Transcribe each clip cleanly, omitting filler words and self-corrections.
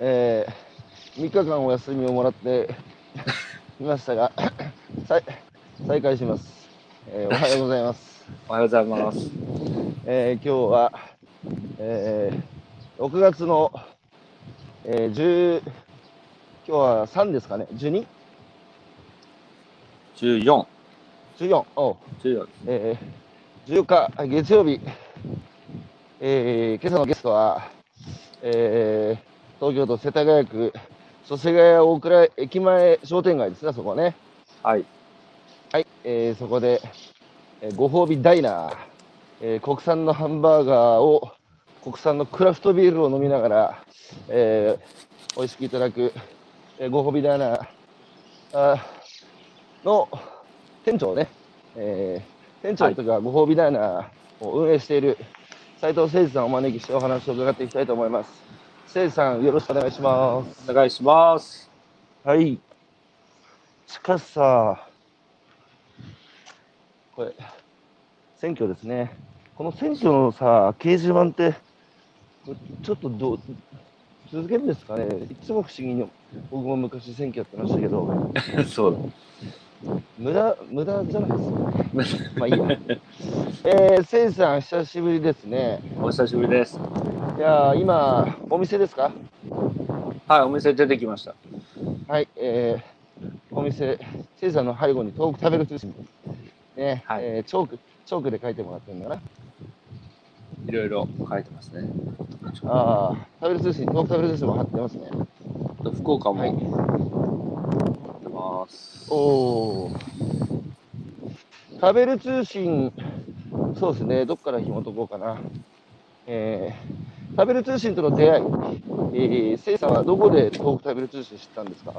3日間お休みをもらっていましたが再開します。おはようございます。 おはようございます。 今日は、6月の、10、今日は3ですかね、12?14 14。 お 14です。 14日月曜日、今朝のゲストは、東京都世田谷区祖師ヶ谷大倉駅前商店街ですね、そこね。 はい。 はい、そこで、ご褒美ダイナー、国産のハンバーガーを国産のクラフトビールを飲みながら、美味しくいただく、ご褒美ダイナーの店長ね、店長というかご褒美ダイナーを運営している斉藤誠司さんをお招きしてお話を伺っていきたいと思います。誠司さん、よろしくお願いします。 お願いします。 はい。しかしさ、これ、選挙ですね。この選挙のさ、掲示板って、ちょっと続けるんですかね。いつも不思議に、僕も昔選挙やってましたけど、 そう無駄じゃないですか。まあいいや。せいさん、久しぶりですね。 お久しぶりです。 いや今、お店ですか？ はい、お店出てきました。 はい、お店、せいさんの背後に遠く食べる通信、ね、 はい。 チョークで書いてもらってるんだな。 いろいろ書いてますね。 ああ、遠く食べる通信も貼ってますね。 福岡はい。 もやってます。 おー。食べる通信、そうですね、どっから紐解こうかな。食べる通信との出会い、せいさんはどこで東北食べる通信知ったんですか？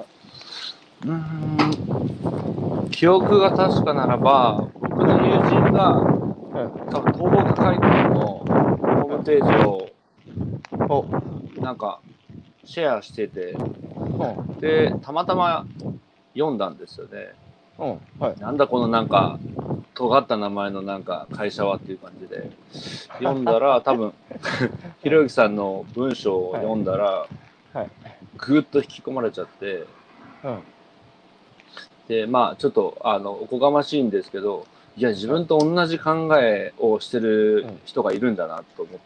記憶が確かならば、僕の友人が多分東北海港のホームページをなんかシェアしてて、でたまたま読んだんですよね。なんだこのなんか尖った名前のなんか会社はっていう感じで読んだら、多分ひろゆきさんの文章を読んだら、ぐっと引き込まれちゃって、でまあちょっとおこがましいんですけど、いや自分と同じ考えをしてる人がいるんだなと思って、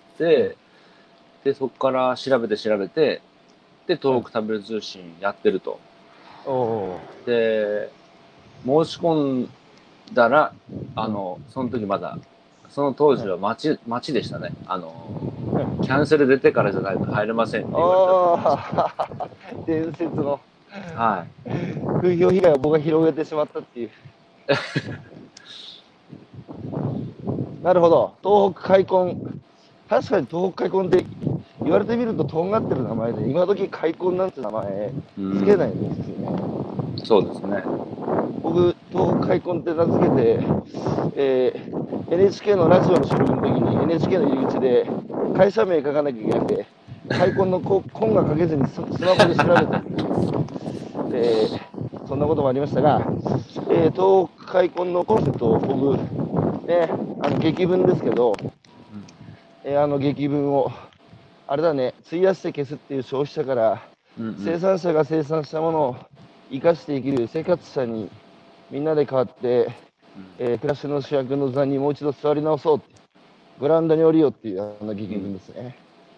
でそこから調べてで東北食べる通信やってると。で申し込んだらその時まだその当時は待ちでしたね。キャンセル出てからじゃないと入れませんって言われたと。 伝説のはい。 風評被害を僕が広げてしまったっていう。なるほど。東北開墾。確かに東北開墾って言われてみるととんがってる名前で、今時開墾なんて名前つけないんですよね。 そうですね。 僕、東北開墾って名付けて、NHK のラジオの収録の時に NHK の入り口で会社名書かなきゃいけなくて、開墾の根が書けずにスマホで調べた。そんなこともありましたが、東北開墾のコンセプトを僕、ね、劇文ですけど、劇文を、あれだね、費やして消すっていう消費者から、生産者が生産したものを生かして生きる生活者にみんなで変わって、暮らしの主役の座にもう一度座り直そうって、グラウンドに降りようっていう劇文ですね。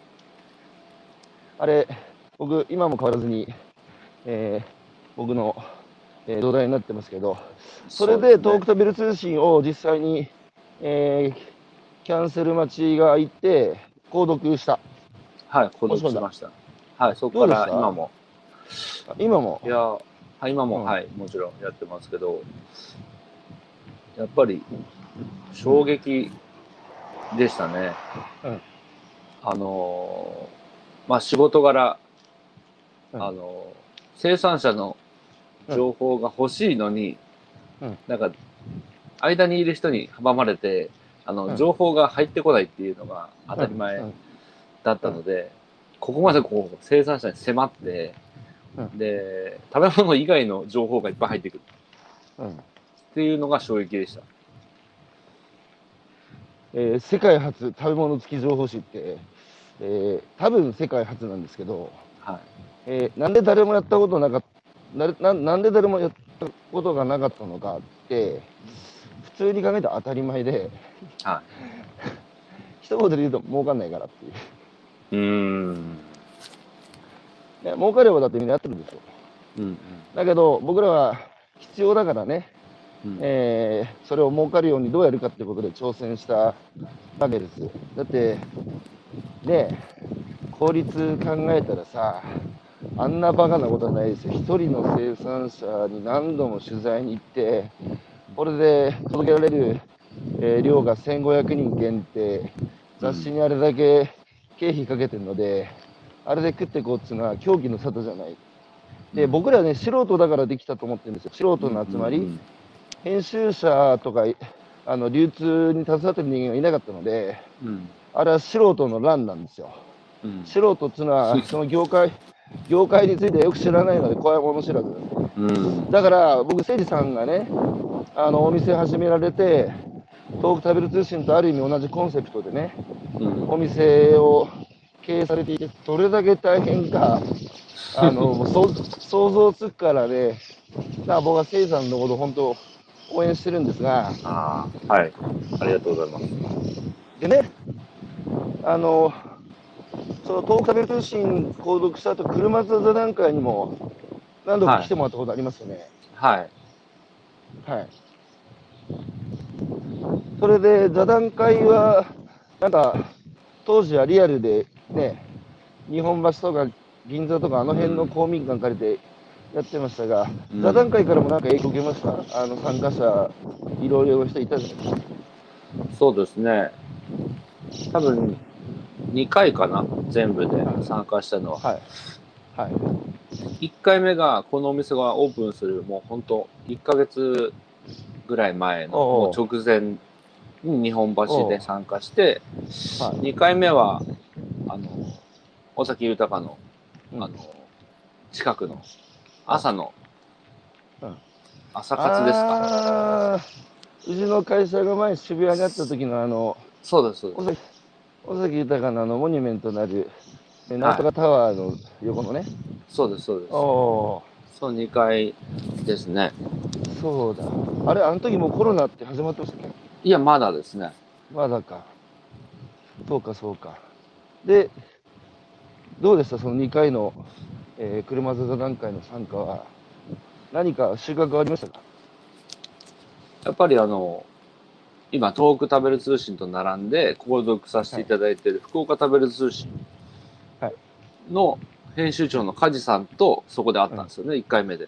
あれ、僕、今も変わらずに、僕の、土台になってますけど、それで東北食べる通信を実際に、キャンセル待ちがいて、購読した。 はい、購読しました。はい、そこから今も。いや、今も、はい、もちろんやってますけど、やっぱり衝撃でしたね。まあ仕事柄、生産者の情報が欲しいのに、なんか間にいる人に阻まれて情報が入ってこないっていうのが当たり前だったので、ここまでこう生産者に迫って、で食べ物以外の情報がいっぱい入ってくるっていうのが衝撃でした。 世界初食べ物付き情報誌って、多分世界初なんですけど、 なんで誰もやったことなかったなんで誰もやったことがなかったのかって普通に考えたら当たり前で、 は一言で言うと儲かんないからっていう。ね、儲かればだってみんなやってるんですよ。だけど僕らは必要だからね、それを儲かるようにどうやるかってことで挑戦したわけです。だってね、効率考えたらさ、あんなバカなことはないですよ。一人の生産者に何度も取材に行って、これで届けられる、量が1500人限定、雑誌にあれだけ経費かけてるので、あれで食っていこうっていうのは狂気の沙汰じゃない。で、僕らはね、素人だからできたと思ってるんですよ。素人の集まり。編集者とか、流通に携わってる人間がいなかったので、あれは素人の乱なんですよ。素人っていうのは、その業界についてよく知らないので、怖いもの知らず。だから、僕、誠司さんがね、お店始められて、東北食べる通信とある意味同じコンセプトでね、お店を経営されていて、どれだけ大変か、もう想像つくからね、だから僕は誠司さんのこと本当応援してるんですが、 はい、ありがとうございます。 でね、その東北食べる通信購読した後、車座談会にも何度か来てもらったことありますよね。 はい。 はい。それで座談会は、なんか、当時はリアルでね、日本橋とか銀座とかあの辺の公民館借りてやってましたが、座談会からもなんか影響を受けました。参加者、いろいろな人いたじゃないですか。 そうですね。多分、2回かな、全部で参加したのは。 はい。はい。 1回目が、このお店がオープンする、もう本当、1ヶ月ぐらい前の、もう直前に日本橋で参加して、2回目は、尾崎豊の、近くの、朝の、朝活ですか。 うちの会社が前渋谷にあった時のそうです。 尾崎豊のモニュメントなる、なんとかタワーの横のね。 そうです。そう2回ですね。 そうだ。あれ、あの時もうコロナって始まってましたっけ？ いや、まだですね。 まだか。そうか。で、どうでしたその2回の、車座座談会の参加は。何か収穫ありましたか？ やっぱり今、東北食べる通信と並んで購読させていただいている福岡食べる通信の編集長の梶さんとそこで会ったんですよね、1回目で。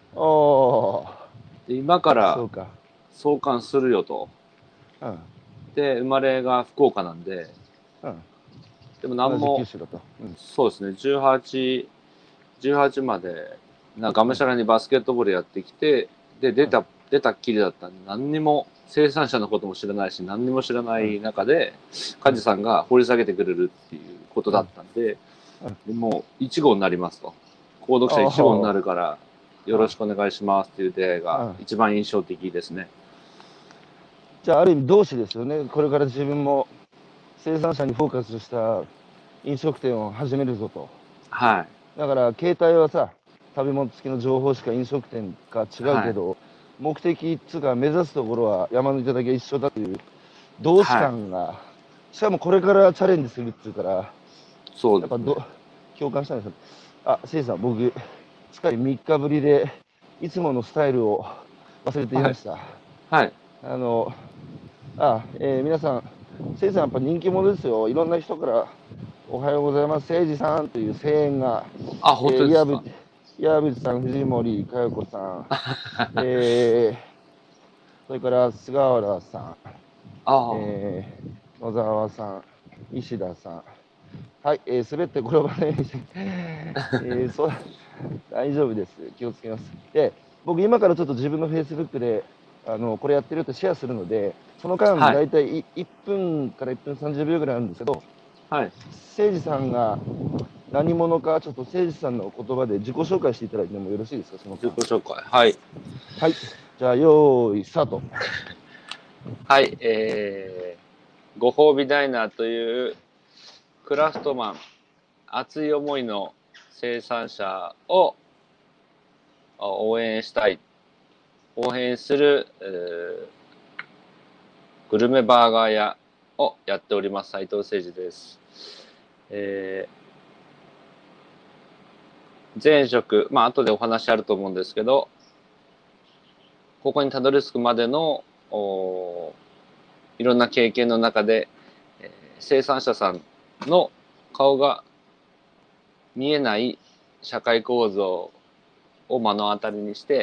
で今から創刊するよと。で、生まれが福岡なんで、でも何も、そうですね、18まで、がむしゃらにバスケットボールやってきて、で、出たっきりだったんで、何にも、生産者のことも知らないし、何にも知らない中で、梶さんが掘り下げてくれるっていうことだったんで、でもう1号になりますと。購読者1号になるから、よろしくお願いしますっていう出会いが一番印象的ですね。 じゃあ、ある意味同志ですよね。これから自分も生産者にフォーカスした飲食店を始めるぞと。 はい。 だから、携帯はさ、食べ物付きの情報しか飲食店か違うけど、目的っつうか目指すところは山の頂が一緒だという同志感が、しかもこれからチャレンジするっつうから、 そうですね。 やっぱ共感したんですよ。せいさん、僕、すっかり3日ぶりで、いつものスタイルを忘れていました。 はい。 皆さん、せいさんやっぱ人気者ですよ。いろんな人から、おはようございます、誠司さんという声援が、 本当ですか。 岩渕さん、藤森佳代子さん、それから菅原さん、野沢さん、石田さん、はい、滑って転ばないようにして、大丈夫です。気をつけます。で、僕今からちょっと自分のフェイスブックで、これやってるってシェアするので、その間、大体1分から1分30秒ぐらいあるんですけど、誠司さんが何者か、ちょっと誠司さんの言葉で自己紹介していただいてもよろしいですか、その間。 自己紹介。はい。 はい。じゃあ、よーい、スタート。 はい。ご褒美ダイナーというクラフトマン、熱い思いの生産者を応援したい、応援する、グルメバーガー屋をやっております斉藤誠二です。前職、まあ後でお話あると思うんですけど、ここにたどり着くまでのいろんな経験の中で、生産者さんの顔が見えない社会構造を目の当たりにして、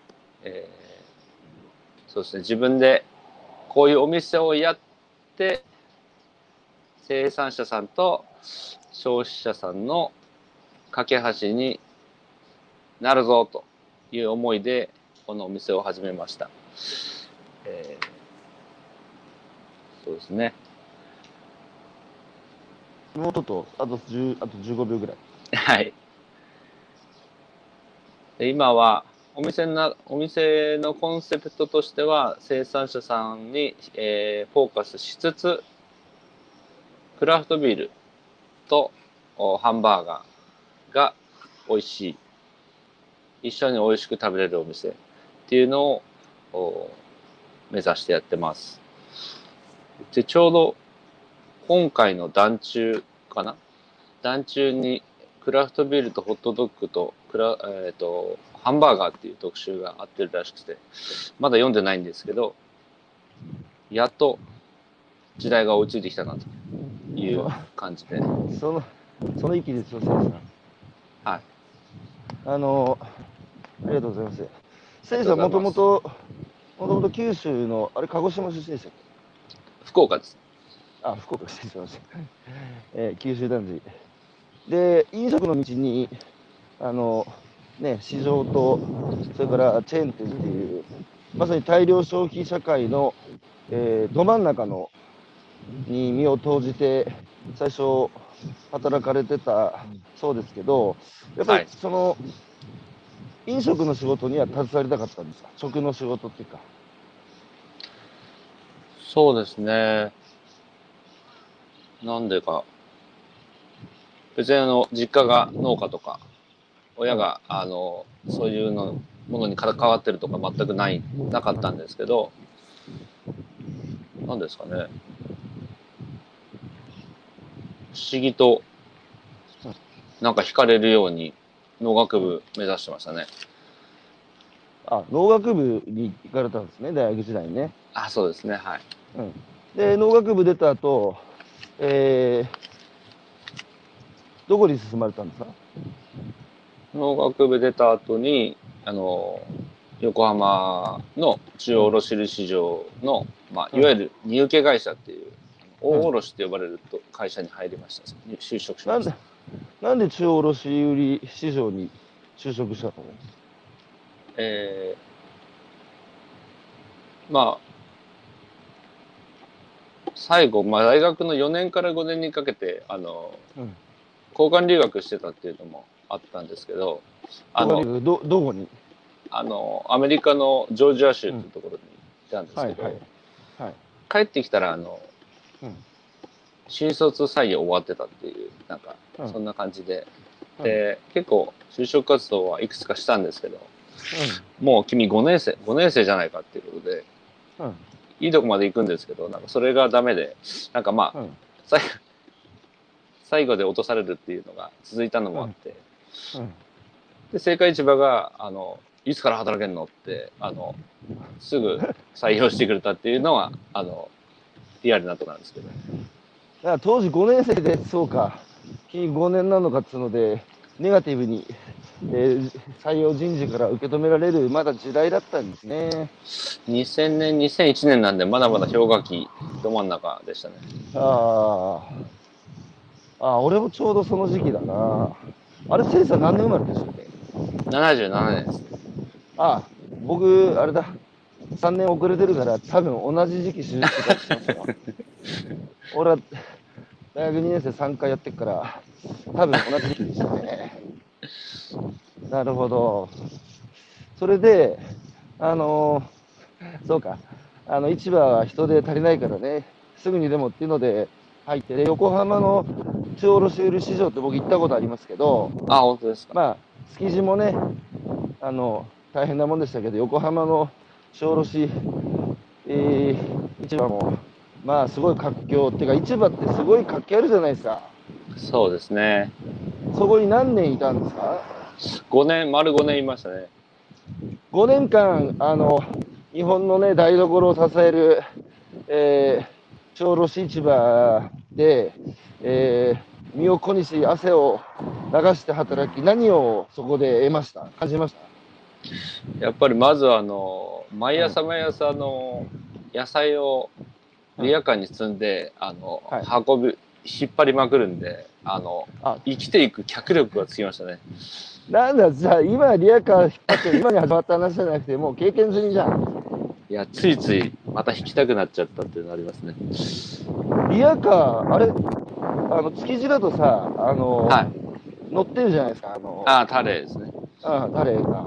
そうですね、自分でこういうお店をやって生産者さんと消費者さんの架け橋になるぞという思いでこのお店を始めました。そうですね。 もうちょっとあと15秒ぐらい。 はい。で今はお店のコンセプトとしては生産者さんに、フォーカスしつつクラフトビールとハンバーガーが美味しい、一緒に美味しく食べれるお店っていうのを目指してやってます。でちょうど今回の団中かな、団中にクラフトビールとホットドッグとハンバーガーっていう特集があってるらしくて、まだ読んでないんですけど、やっと時代が追いついてきたなという感じで。 その域ですよ、先生。 はい。 ありがとうございます。先生はもともと九州の、あれ、鹿児島出身でしたっけ？ 福岡です。 あ、福岡、失礼しました。九州男児。で、飲食の道に、市場と、それからチェーン店っていう、まさに大量消費社会の、ど真ん中に身を投じて、最初、働かれてたそうですけど、やっぱりその、飲食の仕事には携わりたかったんですか？食の仕事っていうか。 そうですね。なんでか。別に実家が農家とか、親が、そういうものに関わってるとか全くなかったんですけど、なんですかね。不思議と、なんか惹かれるように農学部目指してましたね。 あ、農学部に行かれたんですね、大学時代にね。 あ、そうですね、はい。 うん。で、農学部出た後、どこに進まれたんですか？ 農学部出た後に、横浜の中央卸売市場の、まあ、いわゆる荷受会社っていう、大卸って呼ばれる会社に入りました。就職しました。 なんで中央卸売市場に就職したの？ まあ、最後、まあ、大学の4年から5年にかけて、交換留学してたっていうのもあったんですけど、 どこに？ アメリカのジョージア州っていうところに行ったんですけど、帰ってきたら、新卒採用終わってたっていう、なんか、そんな感じで、で、結構、就職活動はいくつかしたんですけど、もう君5年生じゃないかっていうことで、いいとこまで行くんですけど、なんかそれがダメで、なんかまあ、最後で落とされるっていうのが続いたのもあって、で、青果市場が、いつから働けんのって、すぐ採用してくれたっていうのは、リアルなとこなんですけど。 だから当時5年生で、そうか、君5年なのかっつうので、ネガティブに、採用人事から受け止められる、まだ時代だったんですね。 2000年、2001年なんで、まだまだ氷河期ど真ん中でしたね。 俺もちょうどその時期だな。あれ、生産何年生まれでしたっけ ？77年です。 僕、あれだ、3年遅れてるから、多分同じ時期就職活動しますわ。俺は大学2年生3回やってっから、多分同じ時期でしたね。なるほど。それで、そうか、市場は人手足りないからね、すぐにでもっていうので、 入ってで、横浜の中卸売市場って僕行ったことありますけど、 あ、本当ですか。 まあ、築地もね、大変なもんでしたけど、横浜の小卸、市場も、まあ、すごい活況っていうか、市場ってすごい活気あるじゃないですか。 そうですね。 そこに何年いたんですか丸5年いましたね。 ？5年間、日本のね、台所を支える、小卸市場で、身を粉にし、汗を流して働き、何をそこで感じました？ やっぱりまず毎朝毎朝野菜をリヤカーに積んで、 はい。 引っ張りまくるんで、 あ、 生きていく脚力がつきましたね。 なんだ、じゃあ、今、リアカー引っ張ってる、今に始まった話じゃなくて、もう経験済みじゃん。 いや、ついついまた引きたくなっちゃったっていうのありますね。 リアカー、あれ、築地だとさ、 はい。 乗ってるじゃないですか、 タレですね。 タレが。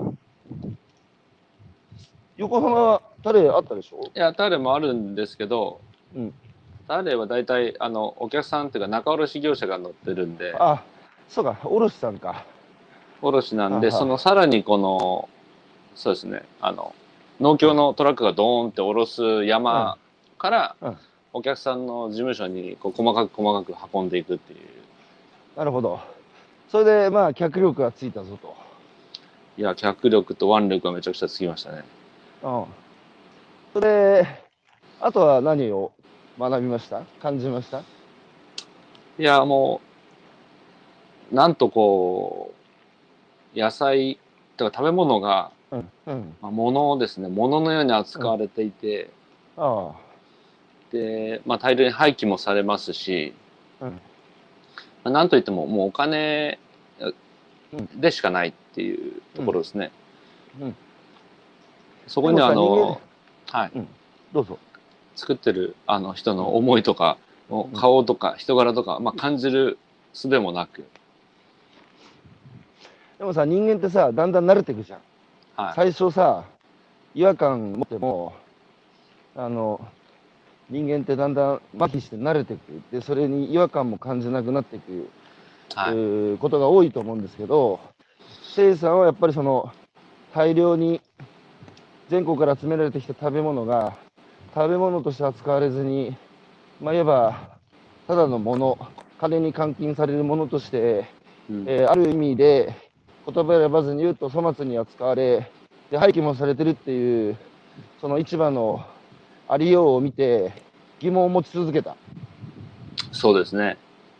横浜、タレあったでしょ？ いや、タレもあるんですけど、 うん。 タレは大体、お客さんっていうか仲卸業者が乗ってるんで、 あ、そうか、卸さんか。 卸なんで、 はは。 さらにそうですね、農協のトラックがドーンって下ろすうん、 山から、 うん。 お客さんの事務所にこう細かく細かく運んでいくっていう。 なるほど。それで、まあ、脚力がついたぞと。 いや、脚力と腕力がめちゃくちゃつきましたね。 うん。それ、あとは何を学びました？感じました？ いや、もう、なんと野菜とか食べ物が、 うん、うん、 物ですね、物のように扱うん。 われていて、 あで、大量に廃棄もされますし、 あ、うん、 なんといってももうお金うん、 でしかないっていうとうん、 ころですね。 うん。 そこにでもさ、人間、 はい、 うん、どうぞ。 作ってる人うん、 の思いとか、 うん。 顔とか人柄とか、感じる術もなく、 でもさ、人間ってさ、だんだん慣れていくじゃん。 は最初さ、違和感持っても、あの、人間ってだんだん麻痺して慣れていく。で、それに違和感も感じなくなっていく、 い、はい、 ことが多いと思うんですけど、せいさんはやっぱりその、大量に全国から集められてきた食べ物が、食べ物として扱われずに、まあ、言えば、ただのもの、金に換金されるものとして、 うん、 ある意味で、言葉選ばずに言うと粗末に扱われ、で廃棄もされてるっていう、その市場のありようを見て、疑問を持ち続けた。 そうですね。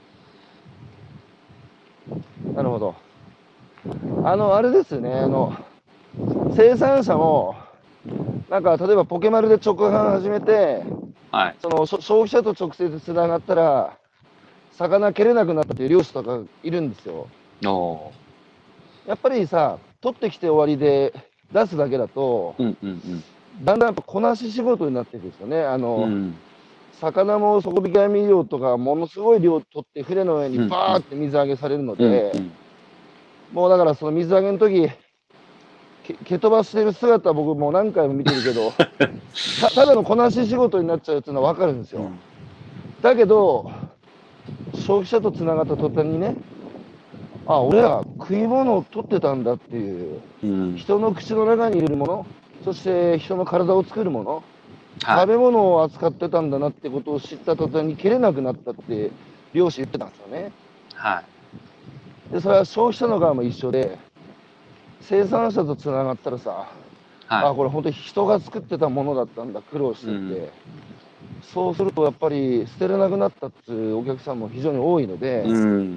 なるほど。あれですね、生産者も、なんか、例えばポケマルで直販始めて、 はい。 その消費者と直接つながったら、魚蹴れなくなったっていう漁師とかいるんですよ。 おやっぱりさ、取ってきて終わりで出すだけだと、 うんうんだんだんやっぱこなし仕事になっていくんですよね。 うんうん魚も底引き網漁とか、ものすごい量取って、船の上にうんうんバーって水揚げされるので、 うんうん。 もうだからその水揚げの時蹴飛ばしてる姿、僕もう何回も見てるけど、ただのこなし仕事になっちゃうっていうのは分かるんですよ。だけど、消費者とつながった途端にね、あ、俺ら食い物を取ってたんだっていう、 うん。 人の口の中に入れるもの、そして人の体を作るもの、 はい。 食べ物を扱ってたんだなってことを知った途端に蹴れなくなったって漁師言ってたんですよね。 はい。 で、それは消費者の側も一緒で、生産者とつながったらさ、あ、 はい。 これ本当に人が作ってたものだったんだ、苦労しうん。 てて。そうするとやっぱり捨てれなくなったっていうお客さんも非常に多いので、 うん。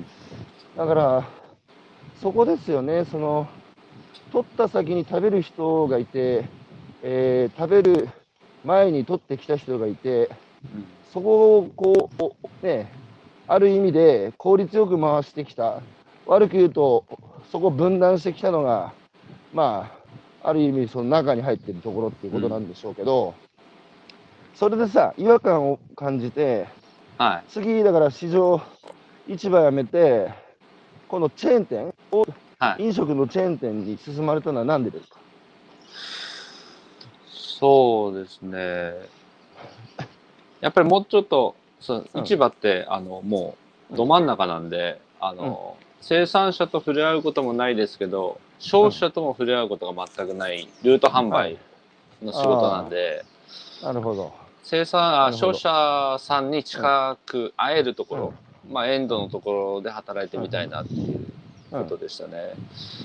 だからそこですよね、取った先に食べる人がいて、食べる前に取ってきた人がいて、そこをね、ある意味で効率よく回してきた、悪く言うと、そこを分断してきたのが、まあ、ある意味、その中に入っているところっていううん。 ことなんでしょうけど、それでさ、違和感を感じて、 はい。 次、だから市場やめて、このチェーン店、 はい。 飲食のチェーン店に進まれたのは何でですか？ そうですね。やっぱりもうちょっと市場ってもうど真ん中なんで、生産者と触れ合うこともないですけど、消費者とも触れ合うことが全くないルート販売の仕事なんで、 なるほど。 消費者さんに近く会えるところ、まあエンドのところで働いてみたいなっていうことでしたね。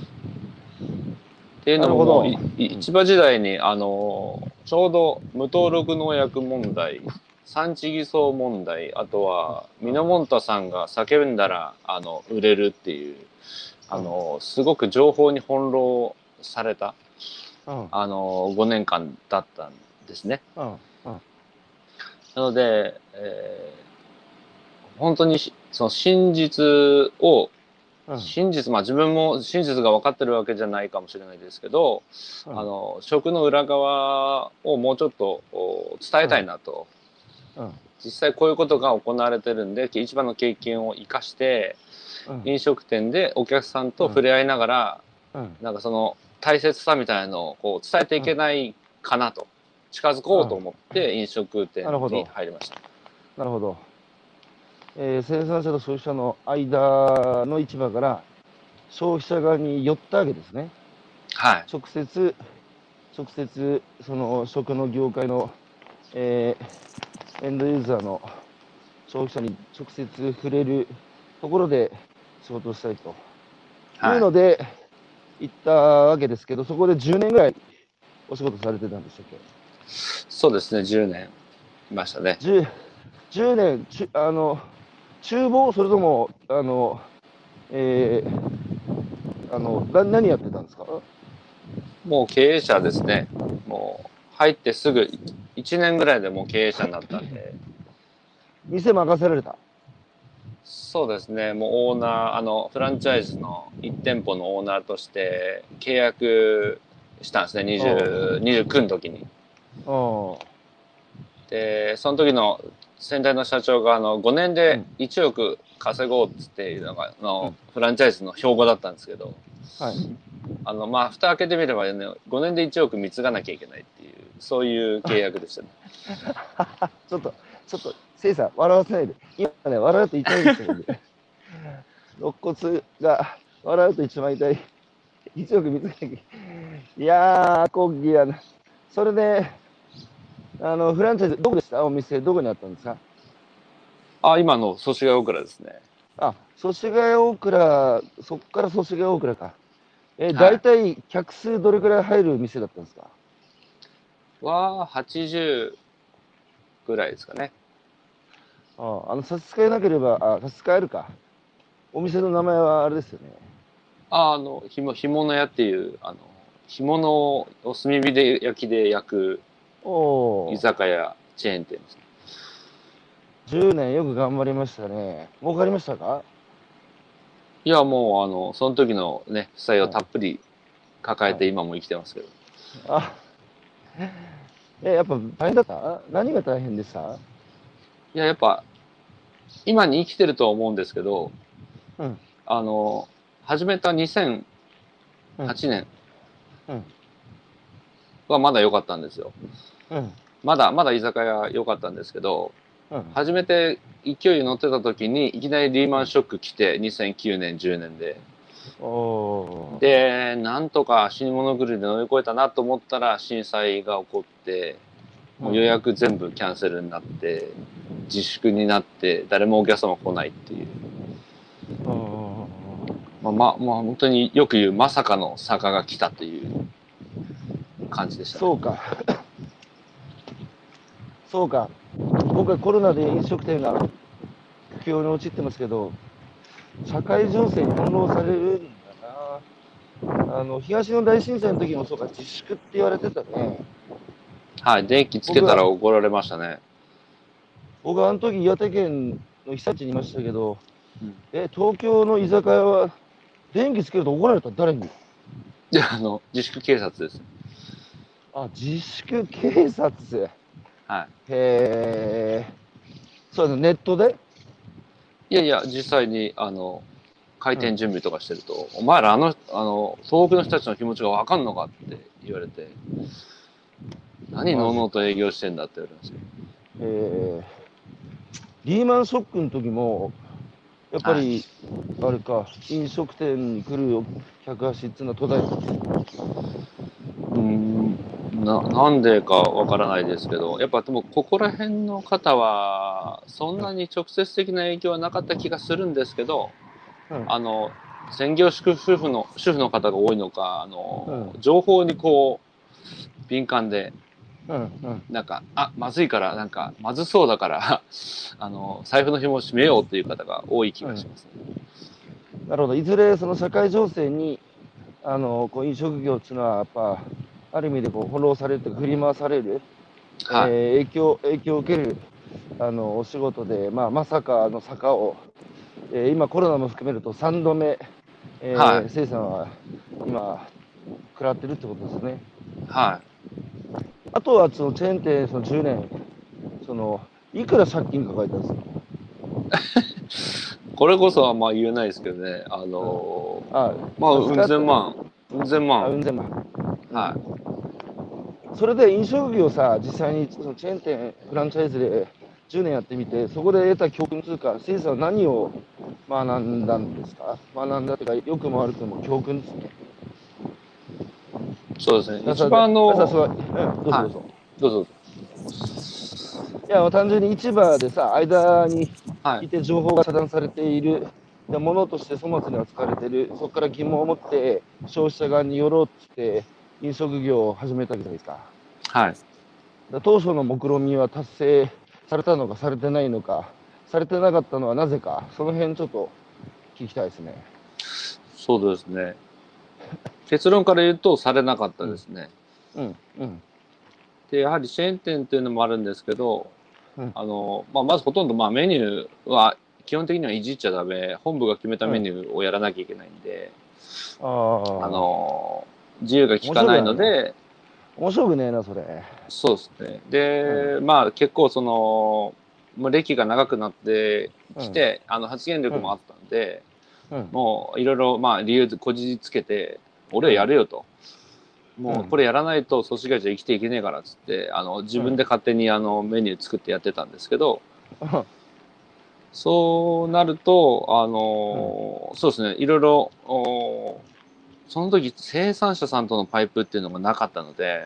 っていうのももう市場時代にちょうど無登録農薬問題、産地偽装問題、あとはミノモンタさんが叫んだら売れるっていうすごく情報に翻弄された5年間だったんですね。なので、本当にその真実、まあ自分も真実が分かってるわけじゃないかもしれないですけど、食の裏側をもうちょっと伝えたいなと。実際こういうことが行われてるんで、市場の経験を生かして、飲食店でお客さんと触れ合いながら、なんかその大切さみたいなのをこう伝えていけないかなと、近づこうと思って飲食店に入りました。 なるほど。生産者と消費者の間の市場から消費者側に寄ったわけですね。 はい。 直接その食の業界の、エンドユーザーの消費者に直接触れるところで仕事をしたいというので行ったわけですけど、そこで10年ぐらいお仕事されてたんでしたっけ？ そうですね、10年いましたね。 10年、厨房、それとも何やってたんですか？ もう経営者ですね。もう入ってすぐ1年ぐらいでもう経営者になったんで。 店任せられた？ そうですね。もうオーナー、フランチャイズの1店舗のオーナーとして契約したんですね。29の時に。で、その時の先代の社長が5年で1億稼ごうっていうのがフランチャイズの標語だったんですけど、まあ蓋開けてみればね、5年で1億貢がなきゃいけないっていうそういう契約でしたね。 ちょっとせいさん笑わせないで。今ね、笑うと痛いですよね。肋骨が笑うと一番痛い。1億貢がなきゃ。いやー、コッギーやな。それでフランチャイズどこでした？お店どこにあったんですか？ 今の祖師ヶ谷大倉ですね。 祖師ヶ谷大倉、そっから祖師ヶ谷大倉か。大体客数どれくらい入る店だったんですか？ 80ぐらいですかね。 差し支えなければ、差し支えるか。お店の名前はあれですよね。 干物屋っていう、干物を炭火で焼きで焼く居酒屋チェーン店ですね。 10年よく頑張りましたね。儲かりましたか？ いや、もう、その時のね、負債をたっぷり抱えて今も生きてますけど。 やっぱ大変だった？何が大変でした？ いや、やっぱ、今に生きてるとは思うんですけど、始めた2008年はまだ良かったんですよ。まだ居酒屋良かったんですけど、初めて勢いに乗ってた時にいきなりリーマンショック来て2009年10年で。でなんとか死に物狂いで乗り越えたなと思ったら震災が起こってもう予約全部キャンセルになって自粛になって誰もお客様来ないっていう本当によく言うまさかの坂が来たという感じでした、ね、 そうか今回コロナで飲食店が苦境に陥ってますけど社会情勢に翻弄されるんだな。東日本大震災の時もそうか自粛って言われてたね。 はい、電気つけたら怒られましたね。 僕はあの時岩手県の被災地にいましたけど、東京の居酒屋は電気つけると怒られた？誰に？ いや自粛警察です。 自粛警察。 はい。 へえ。そうですネットで？ いや実際に開店準備とかしてると、お前ら東北の人たちの気持ちが分かんのかって言われて、何のうのうと営業してんだって言われました。 リーマンショックの時も、やっぱり、あれか、飲食店に来る客足っていうのは途絶えた。 なんでかわからないですけど、やっぱでもここら辺の方はそんなに直接的な影響はなかった気がするんですけど、専業主婦の方が多いのか、情報にこう敏感で、なんかまずいから、なんかまずそうだから財布の紐を締めようっていう方が多い気がしますね。 なるほど。いずれその社会情勢にこう飲食業っていうのはやっぱある意味でこうフォローされるというか振り回される、影響を受けるお仕事で、まさかの坂を、今コロナも含めると3度目、生さんは今食らってるってことですね。 はい。 あとはそのチェーン店その10年いくら借金抱えたんですか？ これこそはまあ言えないですけどね。まあうん千万。はい。 それで飲食業さ、実際にそのチェーン店フランチャイズで10年やってみて、そこで得た教訓というか、せいさんは何を学んだんですか？学んだというか、良くも悪くも教訓ですね。 そうですね。一番どうぞどうぞ。 いや、単純に市場でさ、間にいて情報が遮断されている、ものとして粗末に扱われている、そこから疑問を持って消費者側に寄ろうって、飲食業を始めたわけじゃないですか。 はい。 当初の目論見は達成されたのかされてないのか、されてなかったのはなぜか、その辺ちょっと聞きたいですね。 そうですね。結論から言うとされなかったですね。でやはりチェーン店っていうのもあるんですけど、まずほとんどメニューは基本的にはいじっちゃダメ、本部が決めたメニューをやらなきゃいけないんで、自由が利かないので。 面白くねえなそれ。 そうですね。で、結構歴が長くなってきて、発言力もあったんで、もういろいろ理由こじつけて俺はやるよと、もうこれやらないと組織会社生きていけねえからっつって自分で勝手にメニュー作ってやってたんですけど、そうなるとそうですね、いろいろその時生産者さんとのパイプっていうのがなかったので、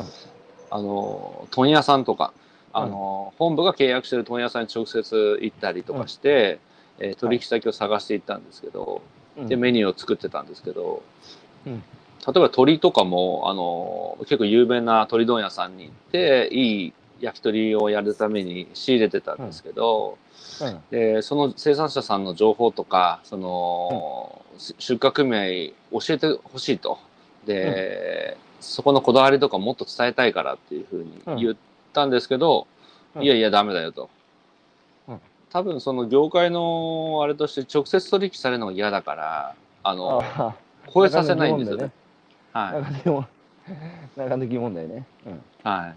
問屋さんとか本部が契約してる問屋さんに直接行ったりとかして、取引先を探していったんですけど、でメニューを作ってたんですけど、例えば鶏とかも結構有名な鶏問屋さんに行っていい焼き鳥をやるために仕入れてたんですけど、でその生産者さんの情報とか出荷組合教えてほしいと。で、そこのこだわりとかもっと伝えたいからっていうふうに言ったんですけど、いやいやダメだよと。多分その業界のあれとして直接取引されるのが嫌だから超えさせないんですよね。 中抜き問題ね。 はい。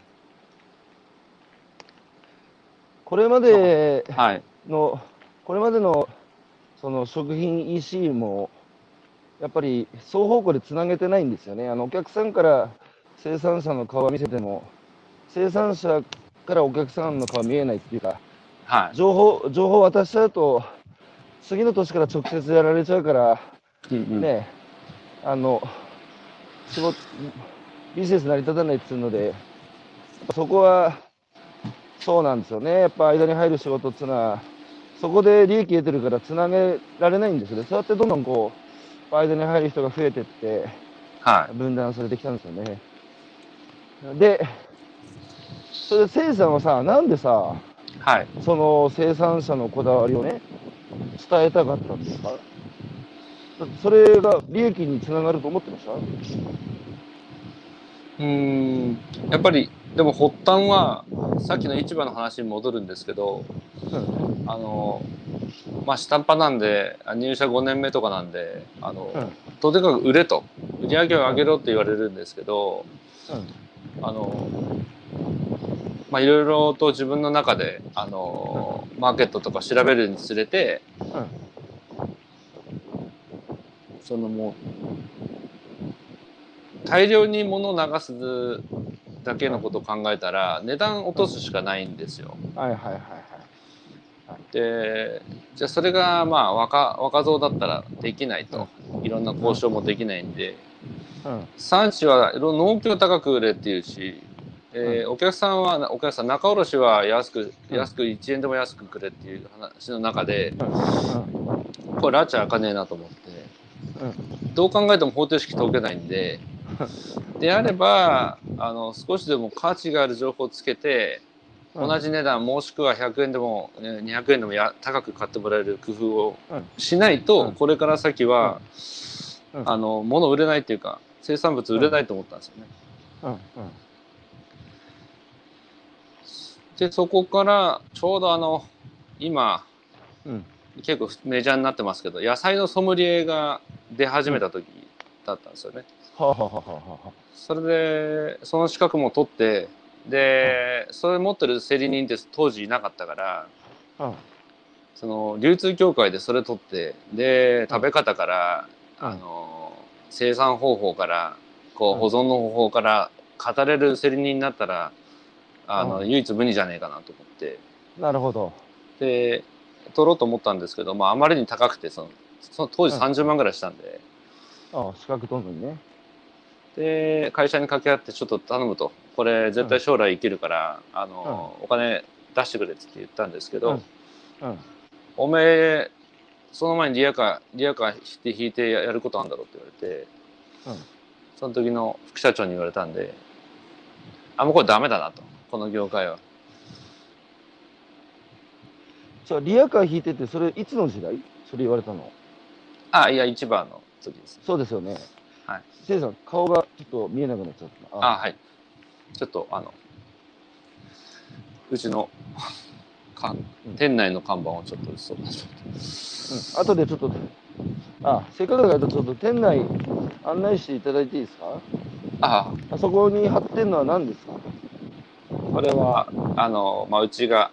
これまでのその食品 EC もやっぱり双方向でつなげてないんですよね。お客さんから生産者の顔を見せても生産者からお客さんの顔見えないっていうか、情報を渡しちゃうと次の年から直接やられちゃうから、ね、仕事ビジネス成り立たないっていうので、そこはそうなんですよね。やっぱ間に入る仕事っていうのはそこで利益得てるからつなげられないんですよね。そうやってどんどんこう間に入る人が増えてって、分断されてきたんですよね。で、それで生さんはさ、なんでさ、その生産者のこだわりをね伝えたかったんですか？それが利益につながると思ってました？ やっぱりでも発端はさっきの市場の話に戻るんですけど、下っ端なんで入社5年目とかなんでとにかく売れと売り上げを上げろって言われるんですけど、いろいろと自分の中でマーケットとか調べるにつれて、もう大量に物を流すだけのことを考えたら値段落とすしかないんですよ。 で、じゃあそれがまあ若造だったらできないと、いろんな交渉もできないんで、産地は農協高く売れっていうし、お客さん仲卸は安く1円でも安くくれっていう話の中で、これ拉致開かねえなと思って、どう考えても方程式解けないんで、であれば少しでも価値がある情報をつけて、同じ値段もしくは100円でも200円でも高く買ってもらえる工夫をしないと、これから先は物売れないっていうか生産物売れないと思ったんですよね。でそこからちょうど今、結構メジャーになってますけど、野菜のソムリエが出始めた時だったんですよね。それでその資格も取って、でそれ持ってる競り人って当時いなかったから、その流通協会でそれ取って、で食べ方から、生産方法からこう保存の方法から語れる競り人になったら唯一無二じゃねえかなと思って。 なるほど。 で取ろうと思ったんですけど、あまりに高くてその当時30万ぐらいしたんで、 資格取るのにね。 で会社に掛け合ってちょっと頼むと、これ絶対将来生きるから、お金出してくれって言ったんですけど、おめえその前にリアカー引いてやることあるんだろうって言われて、その時の副社長に言われたんで、もうこれダメだなと、この業界は。 じゃあリアカー引いてて、それいつの時代それ言われたの？ いや一番の時です。 そうですよね。 はい。 せいさん顔がちょっと見えなくなっちゃった。 はい。ちょっとうちの店内の看板をちょっとそう後でちょっとせっかくだからちょっと店内案内していただいていいですか？あそこに貼ってるのは何ですか？ これはうちが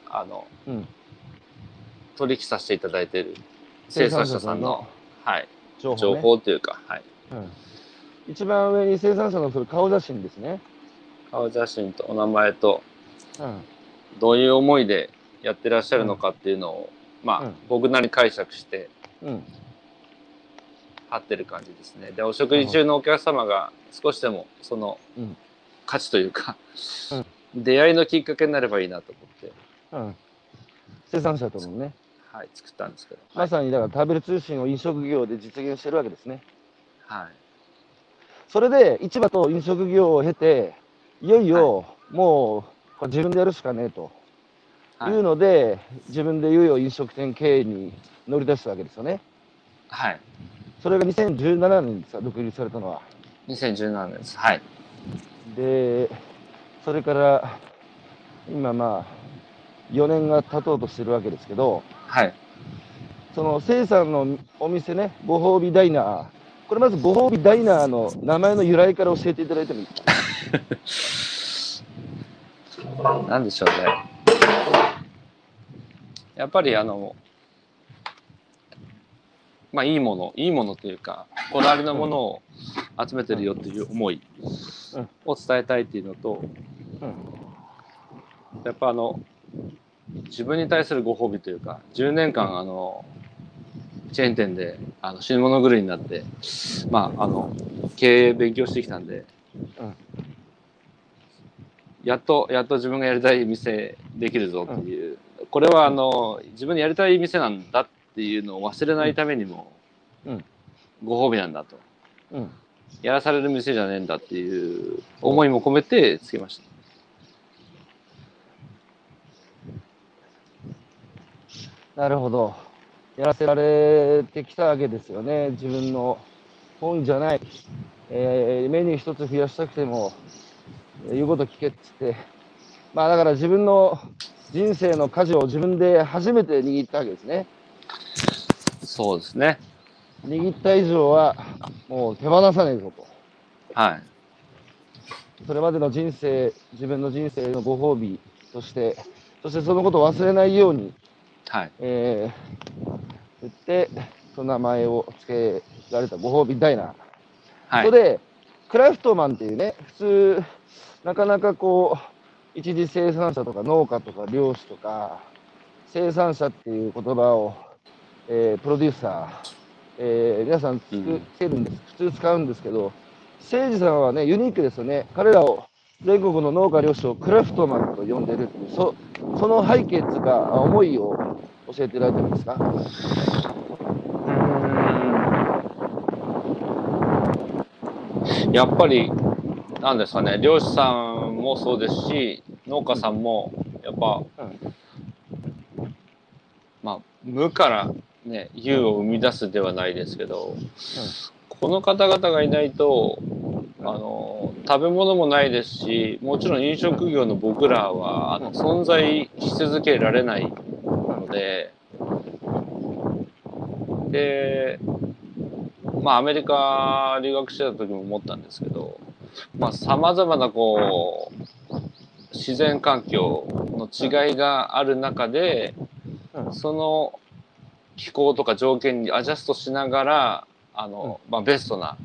取引させていただいている生産者さんの情報というか、 一番上に生産者のそれ顔写真ですね。 顔写真とお名前と、どういう思いでやってらっしゃるのかっていうのを僕なりに解釈して貼ってる感じですね。でお食事中のお客様が少しでもその価値というか出会いのきっかけになればいいなと思って、 生産者とのね、 作ったんですけど、 まさにだから食べる通信を飲食業で実現してるわけですね。それで市場と飲食業を経て、いよいよもう自分でやるしかねえというので、自分でいよいよ飲食店経営に乗り出したわけですよね。それが2017年ですか、独立されたのは。 2017年です。 でそれから今4年が経とうとしてるわけですけど、そのせいさんのお店ね、ご褒美ダイナー、これまずご褒美ダイナーの名前の由来から教えていただいてもいいですか？なんでしょうね。やっぱりいいものというかこだわりのものを集めてるよっていう思いを伝えたいっていうのと、やっぱ自分に対するご褒美というか、10年間チェーン店で死ぬ物狂いになって経営勉強してきたんで、やっと自分がやりたい店できるぞっていう、これは自分でやりたい店なんだっていうのを忘れないためにも、ご褒美なんだと、やらされる店じゃねえんだっていう思いも込めてつけました。 なるほど。やらせられてきたわけですよね。自分の本意じゃない、メニュー一つ増やしたくても言うこと聞けっつって、だから自分の人生の舵を自分で初めて握ったわけですね。 そうですね。 握った以上はもう手放さねえぞと。それまでの人生、自分の人生のご褒美として、そしてそのことを忘れないように、言ってその名前を付けられたご褒美ダイナー。そこでクラフトマンっていうね、普通なかなかこう一次生産者とか農家とか漁師とか生産者っていう言葉を、プロデューサー、皆さんつけるんです、普通使うんですけど、誠司さんはね、ユニークですよね。彼らを全国の農家漁師をクラフトマンと呼んでるっていう、その背景っていうか、思いを教えていただいてもいいですか？ やっぱり、なんですかね、漁師さんもそうですし、農家さんも、やっぱ、まあ、無からね、有を生み出すではないですけど、この方々がいないと、食べ物もないですし、もちろん飲食業の僕らは、存在し続けられないので、で、まあ、アメリカ留学してた時も思ったんですけど、まあ、様々なこう、自然環境の違いがある中で、その気候とか条件にアジャストしながら、まあ、ベストな、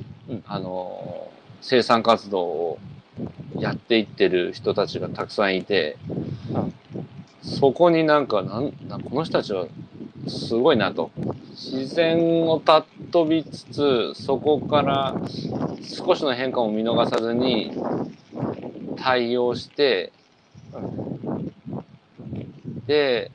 生産活動をやっていってる人たちがたくさんいて、そこになんかこの人たちはすごいなと。自然を尊びつつ、そこから少しの変化も見逃さずに対応して、で、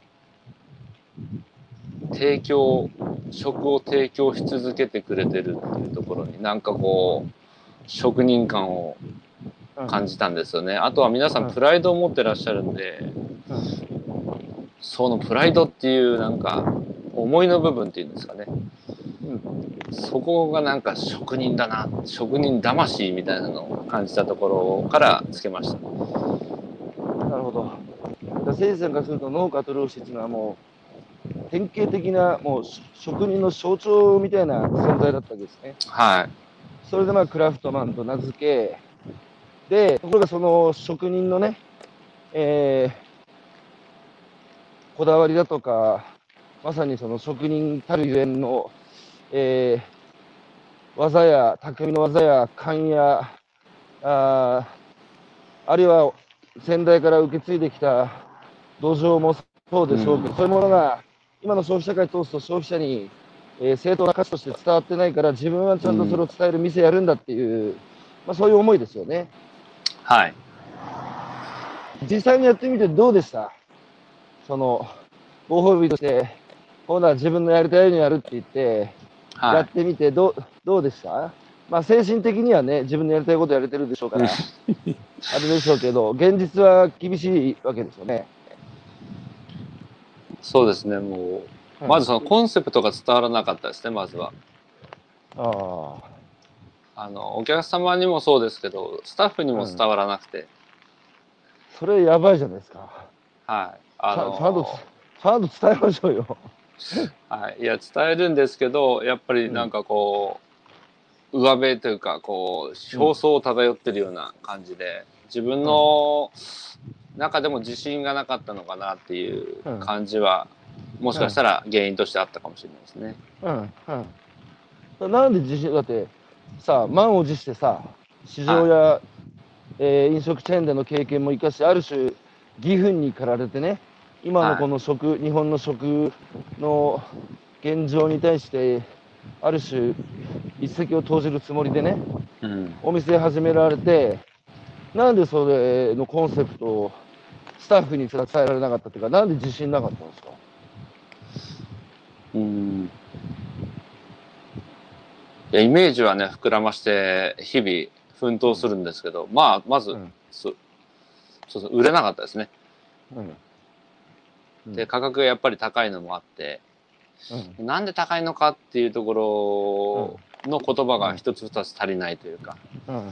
食を提供し続けてくれてるっていうところになんかこう、職人感を感じたんですよね。あとは皆さんプライドを持ってらっしゃるんで、そのプライドっていうなんか思いの部分っていうんですかね。そこがなんか職人だな、職人魂みたいなのを感じたところからつけました。 なるほど。誠司さんからすると農家と漁師っていうのはもう典型的なもう職人の象徴みたいな存在だったわけですね。 はい。 それでまあクラフトマンと名付け、で、ところがその職人のね、こだわりだとか、まさにその職人たるゆえんの、技や、匠の技や勘や、あるいは先代から受け継いできた土壌もそうでしょうけど、そういうものが今の消費社会を通すと消費者に、正当な価値として伝わってないから、自分はちゃんとそれを伝える店やるんだっていう、まあ、そういう思いですよね。 はい。 実際にやってみてどうでした？そのご褒美として今度は自分のやりたいようにやるって言って、やってみてどうでした？まあ精神的にはね、自分のやりたいことやれてるでしょうからあれでしょうけど、現実は厳しいわけですよね。 そうですね。もうまずそのコンセプトが伝わらなかったですね。まずは。お客様にもそうですけど、スタッフにも伝わらなくて。 それやばいじゃないですか。 はい。 ちゃんと伝えましょうよ。 はい。いや、伝えるんですけど、やっぱりなんかこう、上辺というか、こう、表層を漂ってるような感じで、自分の中でも自信がなかったのかなっていう感じは、もしかしたら原因としてあったかもしれないですね。 なんで自信だってさ、満を持してさ、市場や、飲食チェーンでの経験も生かし、ある種義憤に駆られてね、今のこの日本の食の現状に対してある種一石を投じるつもりでね、お店始められて、なんでそれのコンセプトをスタッフに伝えられなかったっていうか、なんで自信なかったんですか？ いや、イメージはね、膨らまして日々奮闘するんですけど、まあまず、そう売れなかったですね。で、価格がやっぱり高いのもあって、なんで高いのかっていうところの言葉が一つ二つ足りないというか、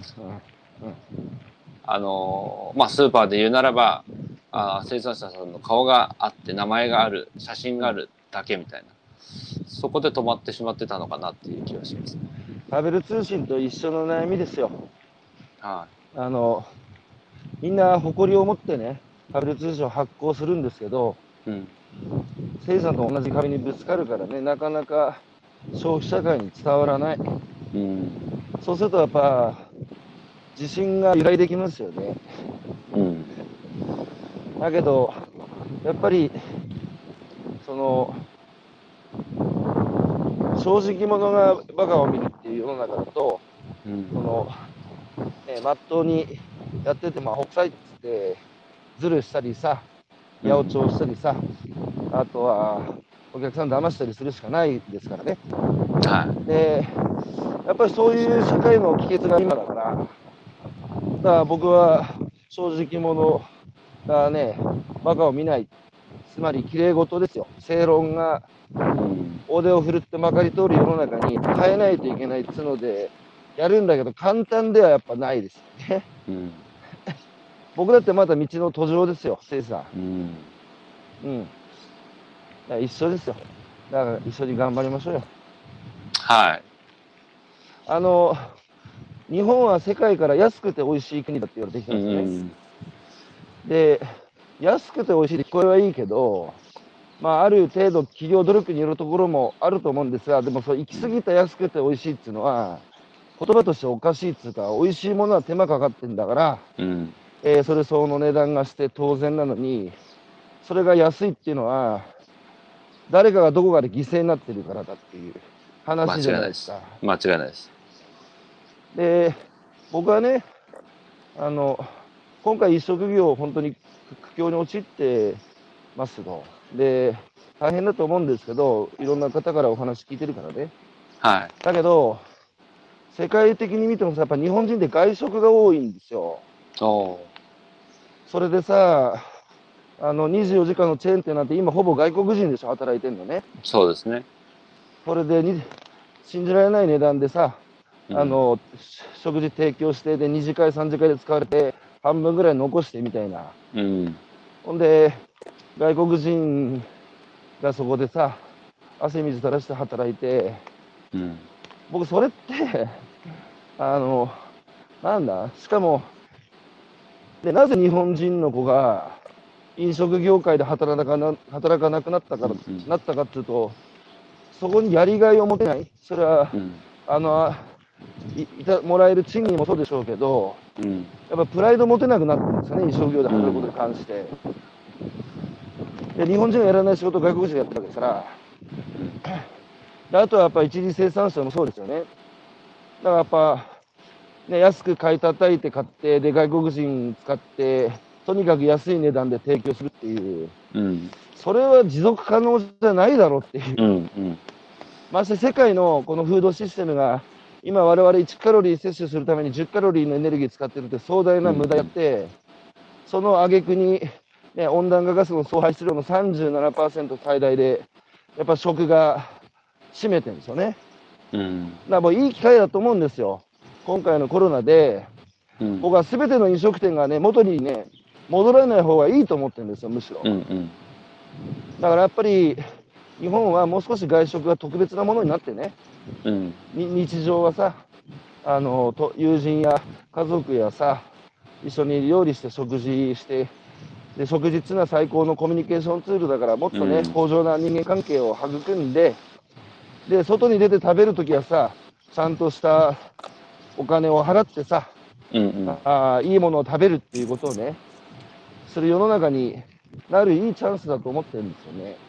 まあスーパーで言うならば、生産者さんの顔があって名前がある、写真があるだけみたいな、そこで止まってしまってたのかなっていう気がしますね。 食べる通信と一緒の悩みですよ。 はい。 みんな誇りを持ってね、食べる通信を発行するんですけど、生産と同じ壁にぶつかるからね、なかなか消費社会に伝わらない。そうするとやっぱ自信が揺らいできますよね。だけどやっぱりその正直者がバカを見るっていう世の中だと、そのまっとうにやってて、北斎っつってズルしたりさ、八百長したりさ、あとはお客さん騙したりするしかないですからね。で、やっぱりそういう社会の帰結が今だから、僕は正直者がね、バカを見ない、つまり綺麗事ですよ。正論が腕を振るってまかり通る世の中に変えないといけないっつうのでやるんだけど、簡単ではやっぱないですよね。僕だってまだ道の途上ですよ、せいさん。だから一緒ですよ。だから一緒に頑張りましょうよ。 はい。 日本は世界から安くて美味しい国だって言われてきたんですね。で、安くて美味しいって聞こえはいいけど、ある程度企業努力によるところもあると思うんですが、でもそう行き過ぎた安くて美味しいっていうのは言葉としておかしいっていうか、美味しいものは手間かかってんだから、それ相応の値段がして当然なのに、それが安いっていうのは誰かがどこかで犠牲になってるからだっていう話じゃないですか。 間違いないです。 で、僕はね、今回一職業本当に苦境に陥ってますと。で、大変だと思うんですけど、いろんな方からお話聞いてるからね。だけど、世界的に見てもさ、やっぱ日本人って外食が多いんですよ。それでさ、24時間のチェーン店なんて今ほぼ外国人でしょ、働いてんのね。 そうですね。 それで信じられない値段でさ、食事提供してで2次会3次会で使われて半分ぐらい残してみたいな。ほんで外国人がそこでさ汗水垂らして働いて、僕それってなんだ、しかもでなぜ日本人の子が飲食業界で働かなくなったかっていうと、そこにやりがいを持てない。それは、もらえる賃金もそうでしょうけど、やっぱプライド持てなくなってるんですよね、飲食業で働くことに関して。で日本人がやらない仕事を外国人がやってるわけですから。であとはやっぱり一次生産者もそうですよね。だからやっぱ、ね、安く買い叩いて買って、で外国人使って、とにかく安い値段で提供するっていう、それは持続可能じゃないだろうっていう。まして世界のこのフードシステムが、今我々1カロリー摂取するために10カロリーのエネルギー使ってるって壮大な無駄やって、その挙句に、ね、温暖化ガスの総排出量の 37% 最大で、やっぱ食が占めてるんですよね。だからもういい機会だと思うんですよ。今回のコロナで、僕は全ての飲食店がね、元にね、戻らない方がいいと思ってるんですよ、むしろ。だからやっぱり、日本はもう少し外食が特別なものになってね、日常はさ、友人や家族やさ、一緒に料理して食事して、で食事っていうのは最高のコミュニケーションツールだから、もっとね、豊穣な人間関係を育んで、で外に出て食べるときはさ、ちゃんとしたお金を払ってさ、いいものを食べるっていうことをね、する世の中になるいいチャンスだと思ってるんですよね。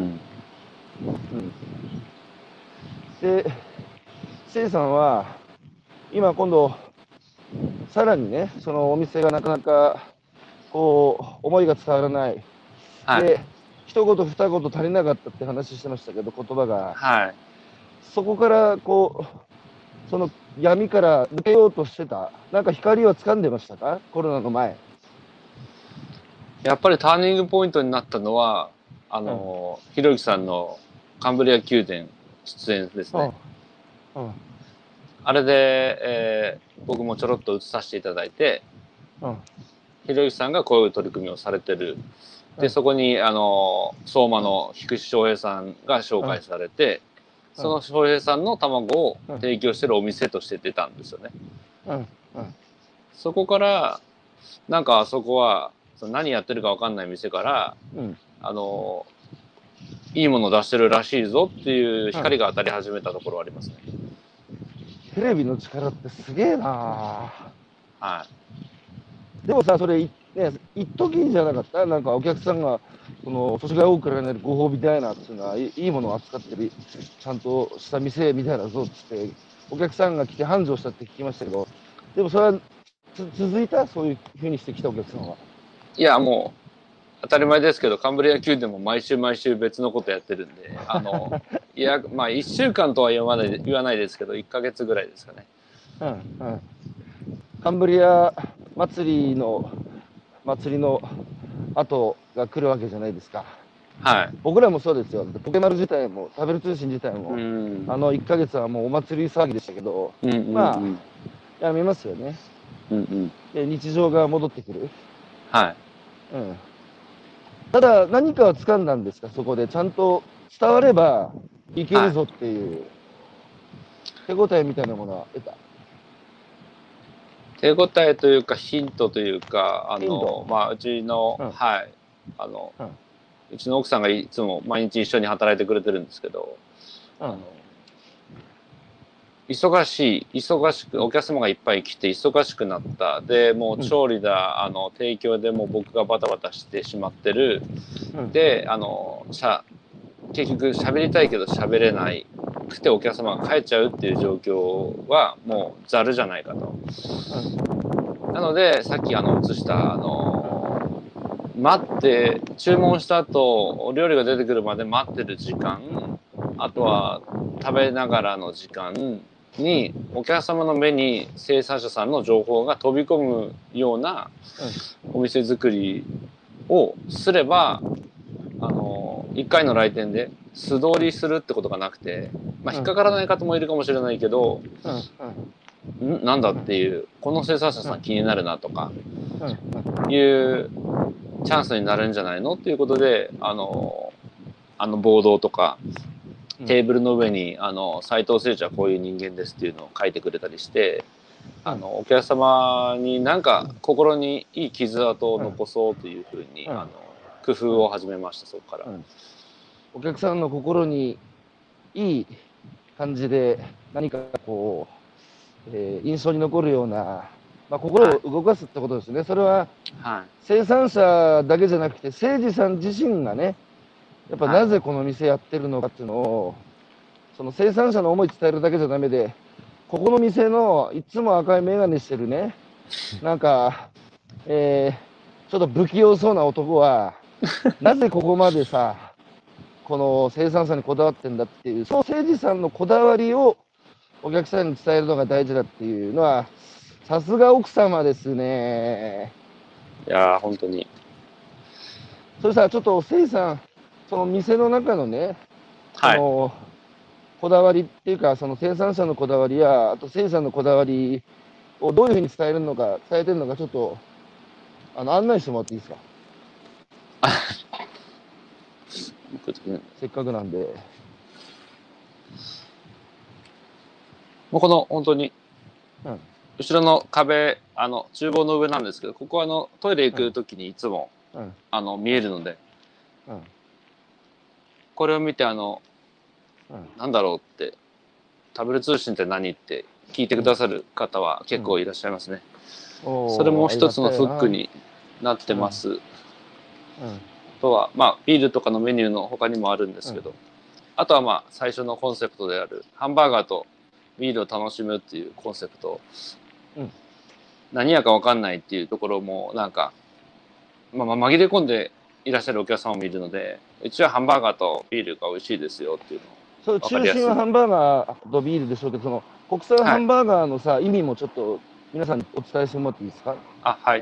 で、せいさんは今今度さらにね、そのお店がなかなかこう思いが伝わらない、で一言二言足りなかったって話してましたけど、言葉が、そこからこうその闇から抜けようとしてた、なんか光は掴んでましたか、コロナの前。 やっぱりターニングポイントになったのはひろゆきさんのカンブリア宮殿出演ですね。あれで、僕もちょろっと映させていただいて、ひろゆきさんがこういう取り組みをされてる。でそこに相馬の菊池翔平さんが紹介されて、その翔平さんの卵を提供してるお店として出たんですよね。そこからなんかあそこは何やってるか分かんない店から、いいもの出してるらしいぞっていう光が当たり始めたところはありますね。 テレビの力ってすげえな。でもさ、それね、一時じゃなかった、なんかお客さんが、その年が多くからねるご褒美ダイナーっていうのは、いいものを扱ってる、ちゃんとした店みたいなぞっつって、お客さんが来て繁盛したって聞きましたけど、でもそれは続いた、そういうふうにしてきたお客さんは。 いや、もう、当たり前ですけど、カンブリア宮殿も毎週毎週別のことやってるんで、いや、まあ、1週間とは言わないですけど、1ヶ月ぐらいですかね。 うんうん、カンブリア祭りの後が来るわけじゃないですか。 はい。 僕らもそうですよ。ポケマル自体も、食べる通信自体も、1ヶ月はもうお祭り騒ぎでしたけど、まあ、やめますよね。で、日常が戻ってくる。 はい。 うん。ただ、何かは掴んだんですか、そこで。ちゃんと伝わればいけるぞっていう、手応えみたいなものは得た。 手応えというか、ヒントというか、まあ、うちの、はい。うちの奥さんがいつも毎日一緒に働いてくれてるんですけど、忙しく、お客様がいっぱい来て忙しくなった。で、もう調理だ、提供でもう僕がバタバタしてしまってる。で、結局喋りたいけど喋れないくてお客様が帰っちゃうっていう状況はもうざるじゃないかと。なので、さっき映した待って注文した後お料理が出てくるまで待ってる時間、あとは食べながらの時間にお客様の目に生産者さんの情報が飛び込むようなお店作りをすれば、1回の来店で素通りするってことがなくて、まあ、引っかからない方もいるかもしれないけど、なんだっていう、この生産者さん気になるなとかいうチャンスになるんじゃないのっていうことで、ボードとかテーブルの上に斉藤誠一はこういう人間ですっていうのを書いてくれたりして、お客様になんか心にいい傷跡を残そうというふうに、工夫を始めました、そこから。 お客さんの心にいい感じで何かこう、印象に残るような、まあ、心を動かすってことですね。それは生産者だけじゃなくて誠司さん自身がね、やっぱなぜこの店やってるのかっていうのを、その生産者の思い伝えるだけじゃダメで、ここの店のいつも赤い眼鏡してるね、なんか、ちょっと不器用そうな男はなぜここまでさ、この生産者にこだわってんだっていう、その誠司さんのこだわりをお客さんに伝えるのが大事だっていうのは、さすが奥様ですね。 いやー、本当に。 それさ、ちょっと誠司さん、その店の中のね、そのこだわりっていうか、その生産者のこだわりや、あと誠司さんのこだわりをどういうふうに伝えてるのか、ちょっと案内してもらっていいですか。せっかくなんで。 もうこの本当に、後ろの壁、厨房の上なんですけど、ここはトイレ行く時にいつも、見えるので、これを見てなんだろうって、食べる通信って何って聞いてくださる方は結構いらっしゃいますね。それも一つのフックになってます。あとは、まあ、ビールとかのメニューの他にもあるんですけど、あとはまあ、最初のコンセプトである、ハンバーガーとビールを楽しむっていうコンセプト、何やか分かんないっていうところも、なんか、まあ、紛れ込んでいらっしゃるお客様もいるので、うちはハンバーガーとビールが美味しいですよっていうのを。 それ中心はハンバーガーとビールでしょうけど、その国産ハンバーガーのさ、意味もちょっと皆さんにお伝えしてもらっていいですか。 はい。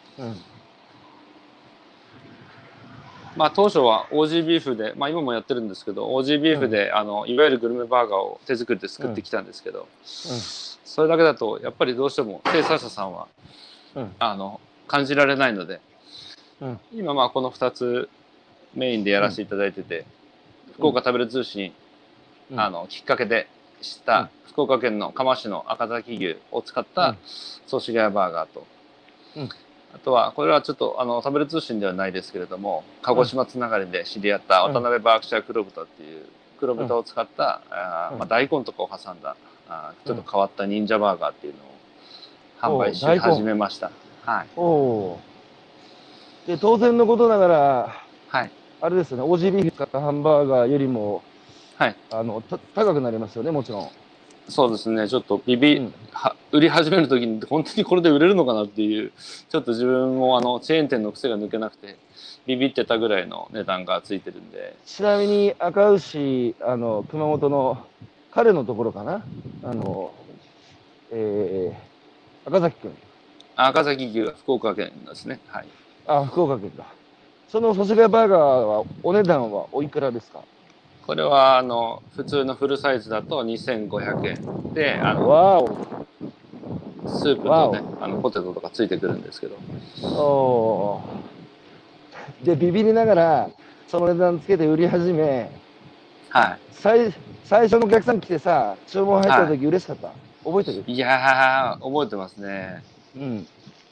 まあ当初はオージービーフで、まあ今もやってるんですけど、オージービーフで、いわゆるグルメバーガーを手作りで作ってきたんですけど、それだけだとやっぱりどうしても生産者さんは、感じられないので、今まあこの2つメインでやらせていただいてて、福岡食べる通信、きっかけで知った福岡県の嘉麻市の赤崎牛を使ったソーシガヤバーガーと、あとはこれはちょっと食べる通信ではないですけれども、鹿児島つながりで知り合った渡辺バークシャー黒豚っていう黒豚を使った、まあ、大根とかを挟んだちょっと変わった忍者バーガーっていうのを販売し始めました。はい。 で、当然のことながら、 はい。 あれですよね、オージービーフ使ったハンバーガーよりも、 はい。 高くなりますよね、もちろん。 そうですね。ちょっと売り始めるときに本当にこれで売れるのかなっていう、ちょっと自分もチェーン店の癖が抜けなくて、ビビってたぐらいの値段がついてるんで。 ちなみに、赤牛、熊本の彼のところかな、赤崎くん。 赤崎牛は福岡県ですね。はい。 あ、福岡県か。その祖師ヶ谷バーガーは、お値段はおいくらですか？ これは普通のフルサイズだと2500円で、 わお。 スープとね、ポテトとかついてくるんですけど。 おー。で、ビビりながら、その値段つけて売り始め、 はい。 最初のお客さん来てさ、注文入った時嬉しかった。覚えてる？ いやー、覚えてますね。 うん。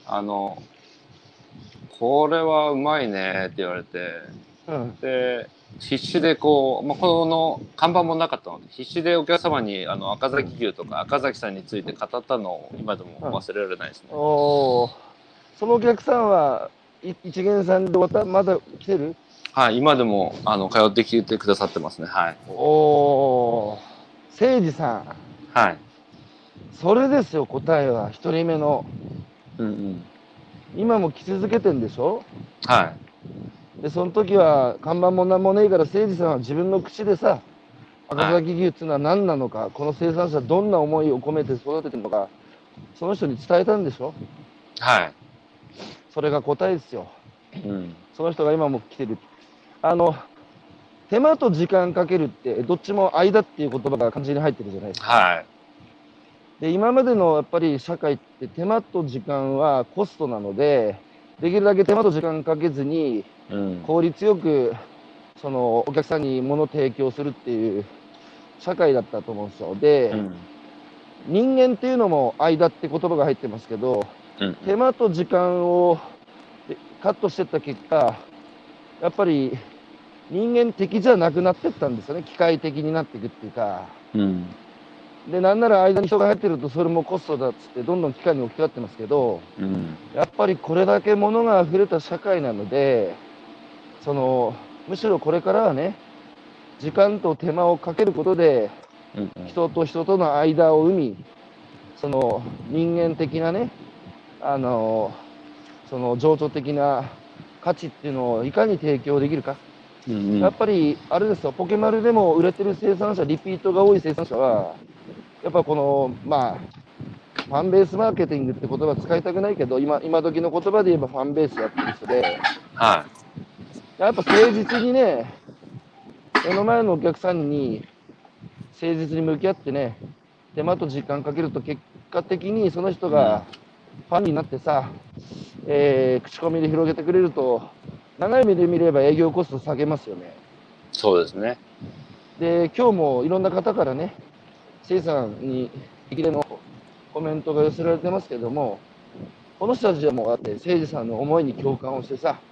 これはうまいねって言われて、 うん。 で、必死でこの看板もなかったので、必死でお客様に赤崎牛とか赤崎さんについて語ったのを今でも忘れられないですね。 おー。そのお客さんは、一元さんでまだ来てる？ はい、今でも通ってきてくださってますね。はい。 おー。誠司さん。 はい。 それですよ、答えは。一人目の。 うんうん。 今も来続けてんでしょ？ はで、その時は看板もなんもねえから、誠司さんは自分の口でさ、赤崎牛っていうのは何なのか、この生産者どんな思いを込めて育ててるのか、その人に伝えたんでしょ？ い。はい。 それが答えですよ。 うん。 その人が今も来てる。手間と時間かけるって、どっちも間っていう言葉が漢字に入ってるじゃないですか。 はい。 で、今までのやっぱり社会って手間と時間はコストなので、できるだけ手間と時間かけずに、効率よく、そのお客さんに物を提供するっていう社会だったと思うんですよ。で、人間っていうのも間って言葉が入ってますけど、手間と時間をカットしていった結果、やっぱり人間的じゃなくなっていったんですよね。機械的になっていくっていうか。で、なんなら間に人が入ってるとそれもコストだっつってどんどん機械に置き換わってますけど、やっぱりこれだけ物が溢れた社会なので、むしろこれからはね、時間と手間をかけることで、人と人との間を生み、その人間的なね、その情緒的な価値っていうのをいかに提供できるか。やっぱり、あれですよ、ポケマルでも売れてる生産者、リピートが多い生産者は、やっぱこの、まあ、ファンベースマーケティングって言葉使いたくないけど、今時の言葉で言えばファンベースやってる人で、 はやっぱ誠実にね、目の前のお客さんに誠実に向き合ってね、手間と時間かけると結果的にその人がファンになってさ、口コミで広げてくれると、長い目で見れば営業コスト下げますよね。 そうですね。 で、今日もいろんな方からね、生産に激励のコメントが寄せられてますけども、この人たちはもうだって誠司さんの思いに共感をしてさ、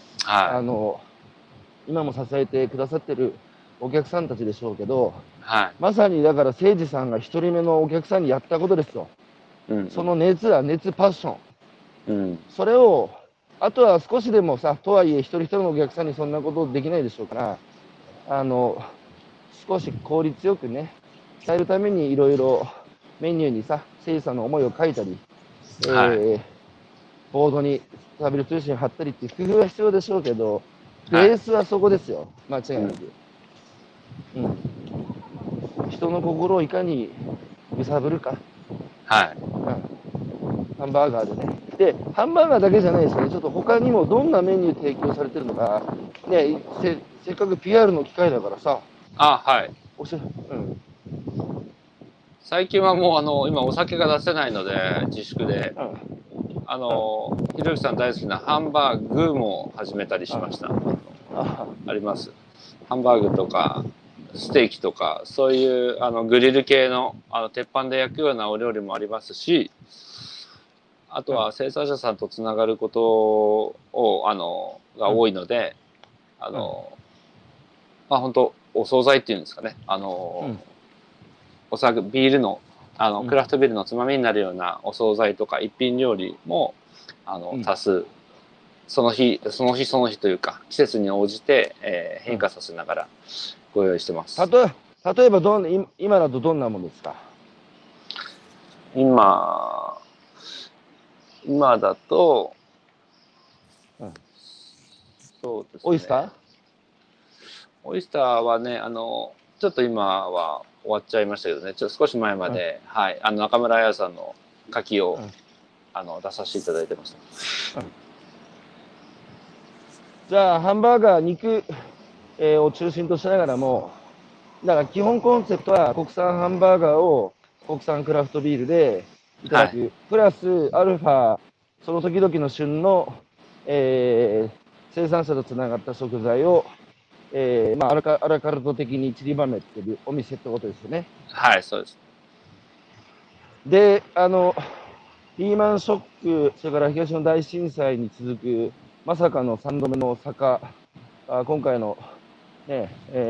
今も支えてくださってるお客さんたちでしょうけど、まさにだから誠司さんが一人目のお客さんにやったことですよ。その熱パッション。それを、あとは少しでもさ、とはいえ一人一人のお客さんにそんなことできないでしょうから、少し効率よくね、伝えるためにいろいろメニューにさ、誠司さんの思いを書いたり、ボードにサービル通信貼ったりっていう工夫は必要でしょうけど、ベースはそこですよ、間違いなく。人の心をいかに揺さぶるか。ハンバーガーでね。で、ハンバーガーだけじゃないですよね。ちょっと他にもどんなメニュー提供されてるのか、ね、せっかく PR の機会だからさ。 最近はもう今お酒が出せないので自粛で、ひろゆきさん大好きなハンバーグも始めたりしました。あります。ハンバーグとかステーキとかそういうグリル系の鉄板で焼くようなお料理もありますし、あとは生産者さんとつながることをが多いので、本当お惣菜っていうんですかね、お酒ビールのクラフトビールのつまみになるようなお惣菜とか一品料理も多数その日その日というか季節に応じて、変化させながらご用意してます。 例えば今だとどんなものですか？ 今だと、そうですね。 オイスター？ オイスターはね、ちょっと今は終わっちゃいましたけどね、少し前まで、はい、中村彩さんの牡蠣を、出させていただいてました。 じゃあ、ハンバーガー、肉、を中心としながらも、だから基本コンセプトは国産ハンバーガーを国産クラフトビールでいただく、プラスアルファ、その時々の旬の、生産者とつながった食材を、アラカルト的に散りばめてるお店ってことですよね。 はい、そうです。 で、リーマンショック、それから東日本大震災に続く、まさかの3度目の坂、今回の、ね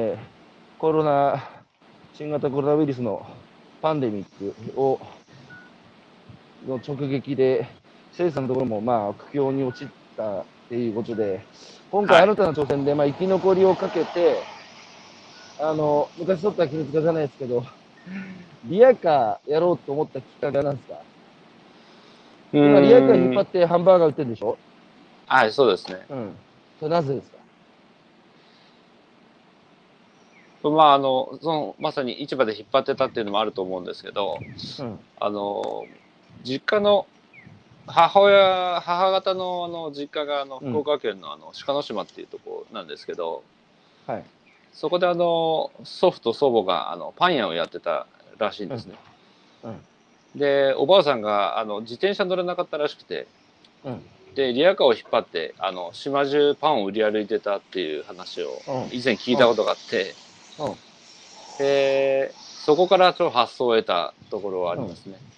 新型コロナウイルスのパンデミックの直撃で、生産のところも苦境に陥ったっていうことで、今回新たな挑戦で、生き残りをかけて、昔取った記述じゃないですけど、リヤカーやろうと思ったきっかけは何ですか？今、リヤカー引っ張ってハンバーガー売ってるでしょ？ はい、そうですね。 それなぜですか？ まさに市場で引っ張ってたっていうのもあると思うんですけど、実家の母方の実家が福岡県の鹿の島っていうところなんですけど、 はい、 そこで祖父と祖母がパン屋をやってたらしいんですね。でおばあさんが自転車乗れなかったらしくて、でリヤカーを引っ張って島中パンを売り歩いてたっていう話を以前聞いたことがあって、でそこからちょっと発想を得たところはありますね。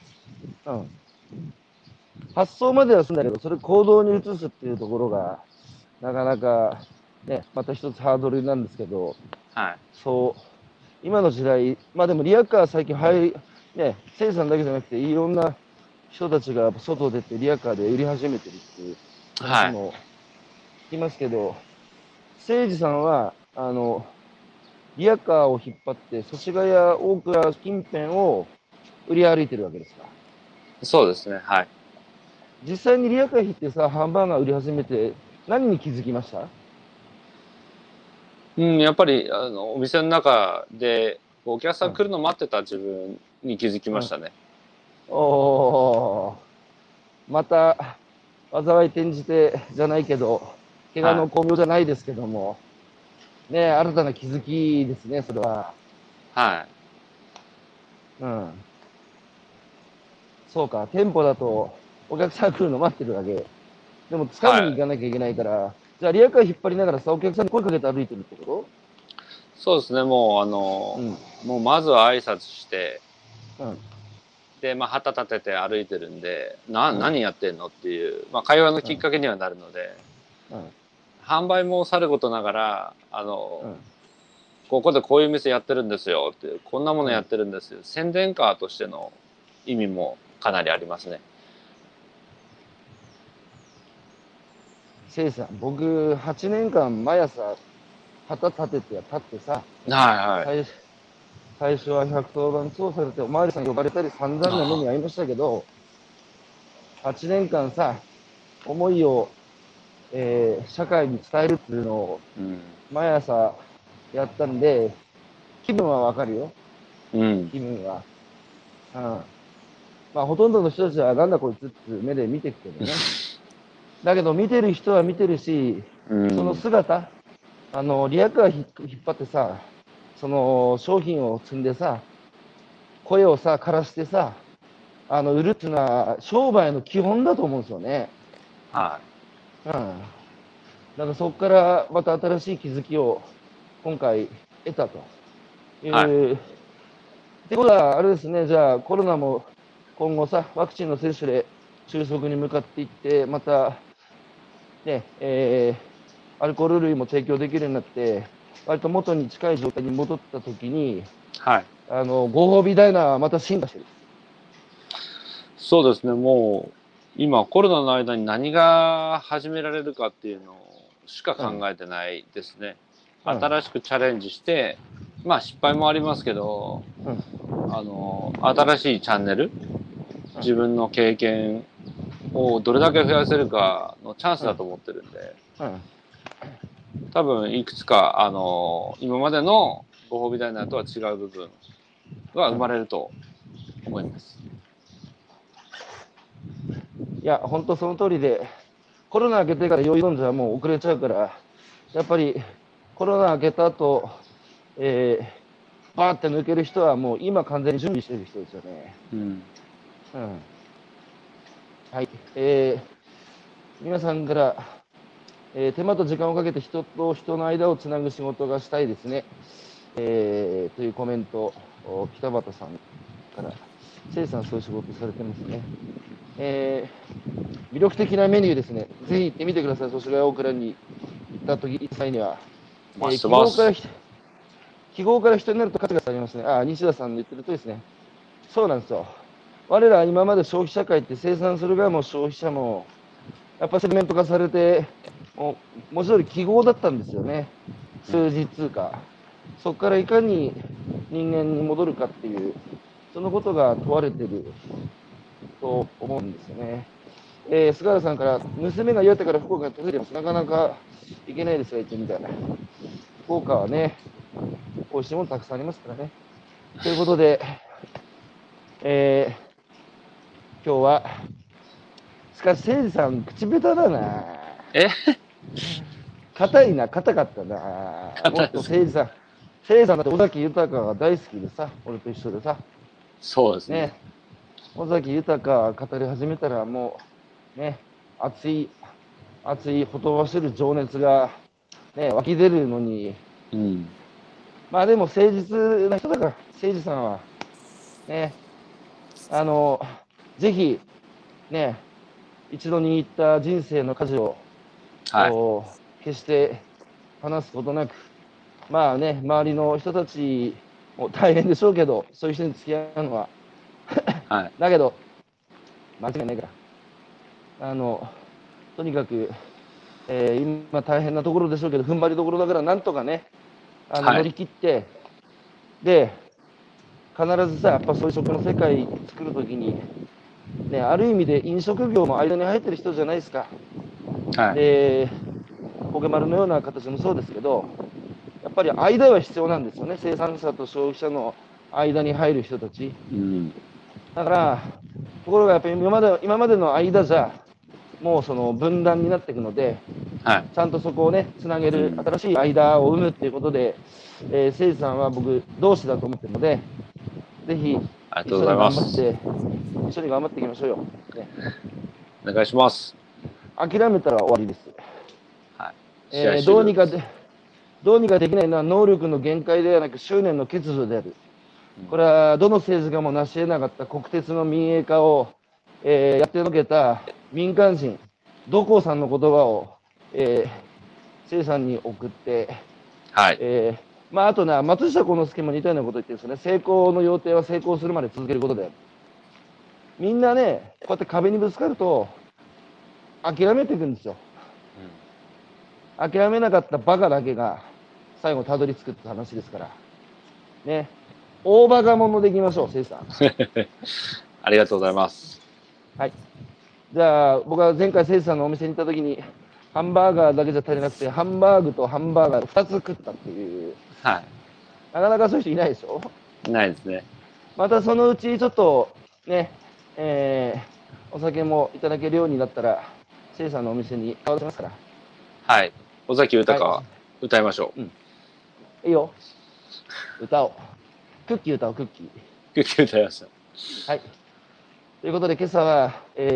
発想まではするんだけど、それ行動に移すっていうところがなかなかね、また一つハードルなんですけど、そう今の時代、でもリヤカー最近生産だけじゃなくていろんな人たちが外出てリヤカーで売り始めてるっていう話も聞きますけど、誠司さんはリヤカーを引っ張って祖師ヶ谷大倉近辺を売り歩いてるわけですか？ そうですね。はい。 実際にリヤカー引ってさ、ハンバーガー売り始めて何に気づきました？ やっぱりお店の中でお客さん来るの待ってた自分に気づきましたね。 また災い転じてじゃないけど、怪我の巧妙じゃないですけども、ね、新たな気づきですね、それは。 はい。 そうか、店舗だとお客さん来るの待ってるだけ。でも、掴みに行かなきゃいけないから、じゃあ、リヤカー引っ張りながらさ、お客さんに声かけて歩いてるってこと？ そうですね、もうまずは挨拶して、で、旗立てて歩いてるんで、何やってんのっていう、会話のきっかけにはなるので、販売もさることながら、ここでこういう店やってるんですよっていう、こんなものやってるんですよ、宣伝カーとしての意味もかなりありますね。 せいさん、僕、8年間毎朝、旗立ってさ、最初は110番通報されて、おまわりさん呼ばれたり散々な目に遭いましたけど、8年間さ、思いを、社会に伝えるっていうのを、毎朝やったんで、気分はわかるよ。気分は。ほとんどの人たちはなんだこいつって目で見てるけどね。だけど見てる人は見てるし、その姿、リヤカー引っ張ってさ、その商品を積んでさ、声をさ、枯らしてさ、売るっていうのは商売の基本だと思うんですよね。だからそこからまた新しい気づきを今回得たという。ってことは、あれですね、じゃあコロナも今後さ、ワクチンの接種で収束に向かっていって、また、ね、アルコール類も提供できるようになって、割と元に近い状態に戻ったときに、ご褒美ダイナーはまた進化してる。 そうですね、も今コロナの間に何が始められるかっていうのしか考えてないですね。新しくチャレンジして、まあ失敗もありますけど、新しいチャンネル、自分の経験をどれだけ増やせるかのチャンスだと思ってるんで、多分いくつか今までのご褒美ダイナーとは違う部分が生まれると思います。 いや、本当その通りで、コロナ明けてから酔い飲んじゃもう遅れちゃうから、やっぱりコロナ明けた後、バーって抜ける人はもう今完全に準備してる人ですよね。はい。皆さんから、手間と時間をかけて人と人の間をつなぐ仕事がしたいですね。というコメント、北畑さんから、せいさんそういう仕事されてますね。魅力的なメニューですね。ぜひ行ってみてください。祖師ヶ谷大倉に行った際には。記号から人になると価値が下がりますね。西田さんの言ってるとですね。そうなんですよ。我ら今まで消費社会って生産する側も消費者も、やっぱセグメント化されて、文字通り記号だったんですよね。数字通貨。そこからいかに人間に戻るかっていう、そのことが問われてると思うんですよね。菅原さんから、娘が岩手から福岡に訪れてます。なかなか行けないですよ、行ってみたいな。福岡はね、美味しいものたくさんありますからね。ということで、今日は、しかし、誠司さん、口下手だな。硬いな、硬かったな。もっと誠司さん、誠司さんだって尾崎豊が大好きでさ、俺と一緒でさ。 そうですね。 尾崎豊語り始めたら、もう、ね、熱い、ほとばしる情熱が、ね、湧き出るのに、まあでも誠実な人だから、誠司さんは。ね、ぜひ、ね、一度に行った人生の舵を、決して話すことなく、まあね、周りの人たちも大変でしょうけど、そういう人に付き合うのは。だけど、間違いないから。とにかく、今大変なところでしょうけど、踏ん張りどころだから、なんとかね、乗り切って、で、必ずさ、やっぱそういう食の世界作るときに、ね、ある意味で飲食業も間に入ってる人じゃないですか。で、ポケマルのような形もそうですけど、やっぱり間は必要なんですよね。生産者と消費者の間に入る人たち。だから、ところがやっぱり今までの間じゃ、もうその分断になっていくので、ちゃんとそこをね、つなげる新しい間を生むっていうことで、誠司さんは僕、同志だと思ってるので、ぜひ、一緒に頑張っていきましょうよ。ね、 お願いします。 諦めたら終わりです。どうにかできないのは能力の限界ではなく執念の欠如である。これはどの政治家も成し得なかった国鉄の民営化を、やってのけた民間人、土光さんの言葉を、生さんに送って、まあ、あとな、松下幸之助も似たようなこと言ってるんですよね。成功の要諦は成功するまで続けることである。みんなね、こうやって壁にぶつかると、諦めていくんですよ。諦めなかったバカだけが、最後たどり着くって話ですから。ね。大バカ者でいきましょう、せいさん。 ありがとうございます。 はい。じゃあ、僕は前回、せいさんのお店に行ったときに、ハンバーガーだけじゃ足りなくて、ハンバーグとハンバーガー2つ食ったっていう。なかなかそういう人いないでしょ？ いないですね。 またそのうちちょっと、ね、お酒もいただけるようになったら、せいさんのお店に顔出しますから。 はい。尾崎豊、歌いましょう。 いいよ。歌おう。クッキー歌おう、クッキー。 クッキー歌いました。 はい。ということで、今朝は、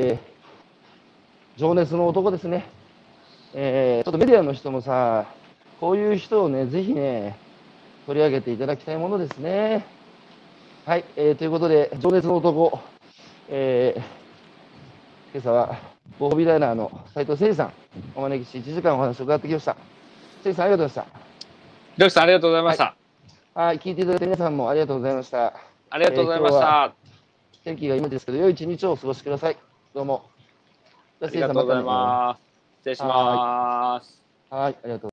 情熱の男ですね。ちょっとメディアの人もさ、こういう人をね、ぜひね、取り上げていただきたいものですね。はい。ということで、情熱の男、今朝は、ご褒美ダイナーの斉藤誠司さん、お招きし、1時間お話を伺ってきました。誠司さん、ありがとうございました。 ひろきさん、ありがとうございました。 はい、聞いていただいて皆さんもありがとうございました。 ありがとうございました。 天気が今ですけど、良い一日をお過ごしください。どうも。 ありがとうございます。失礼します。 はい、ありがとう。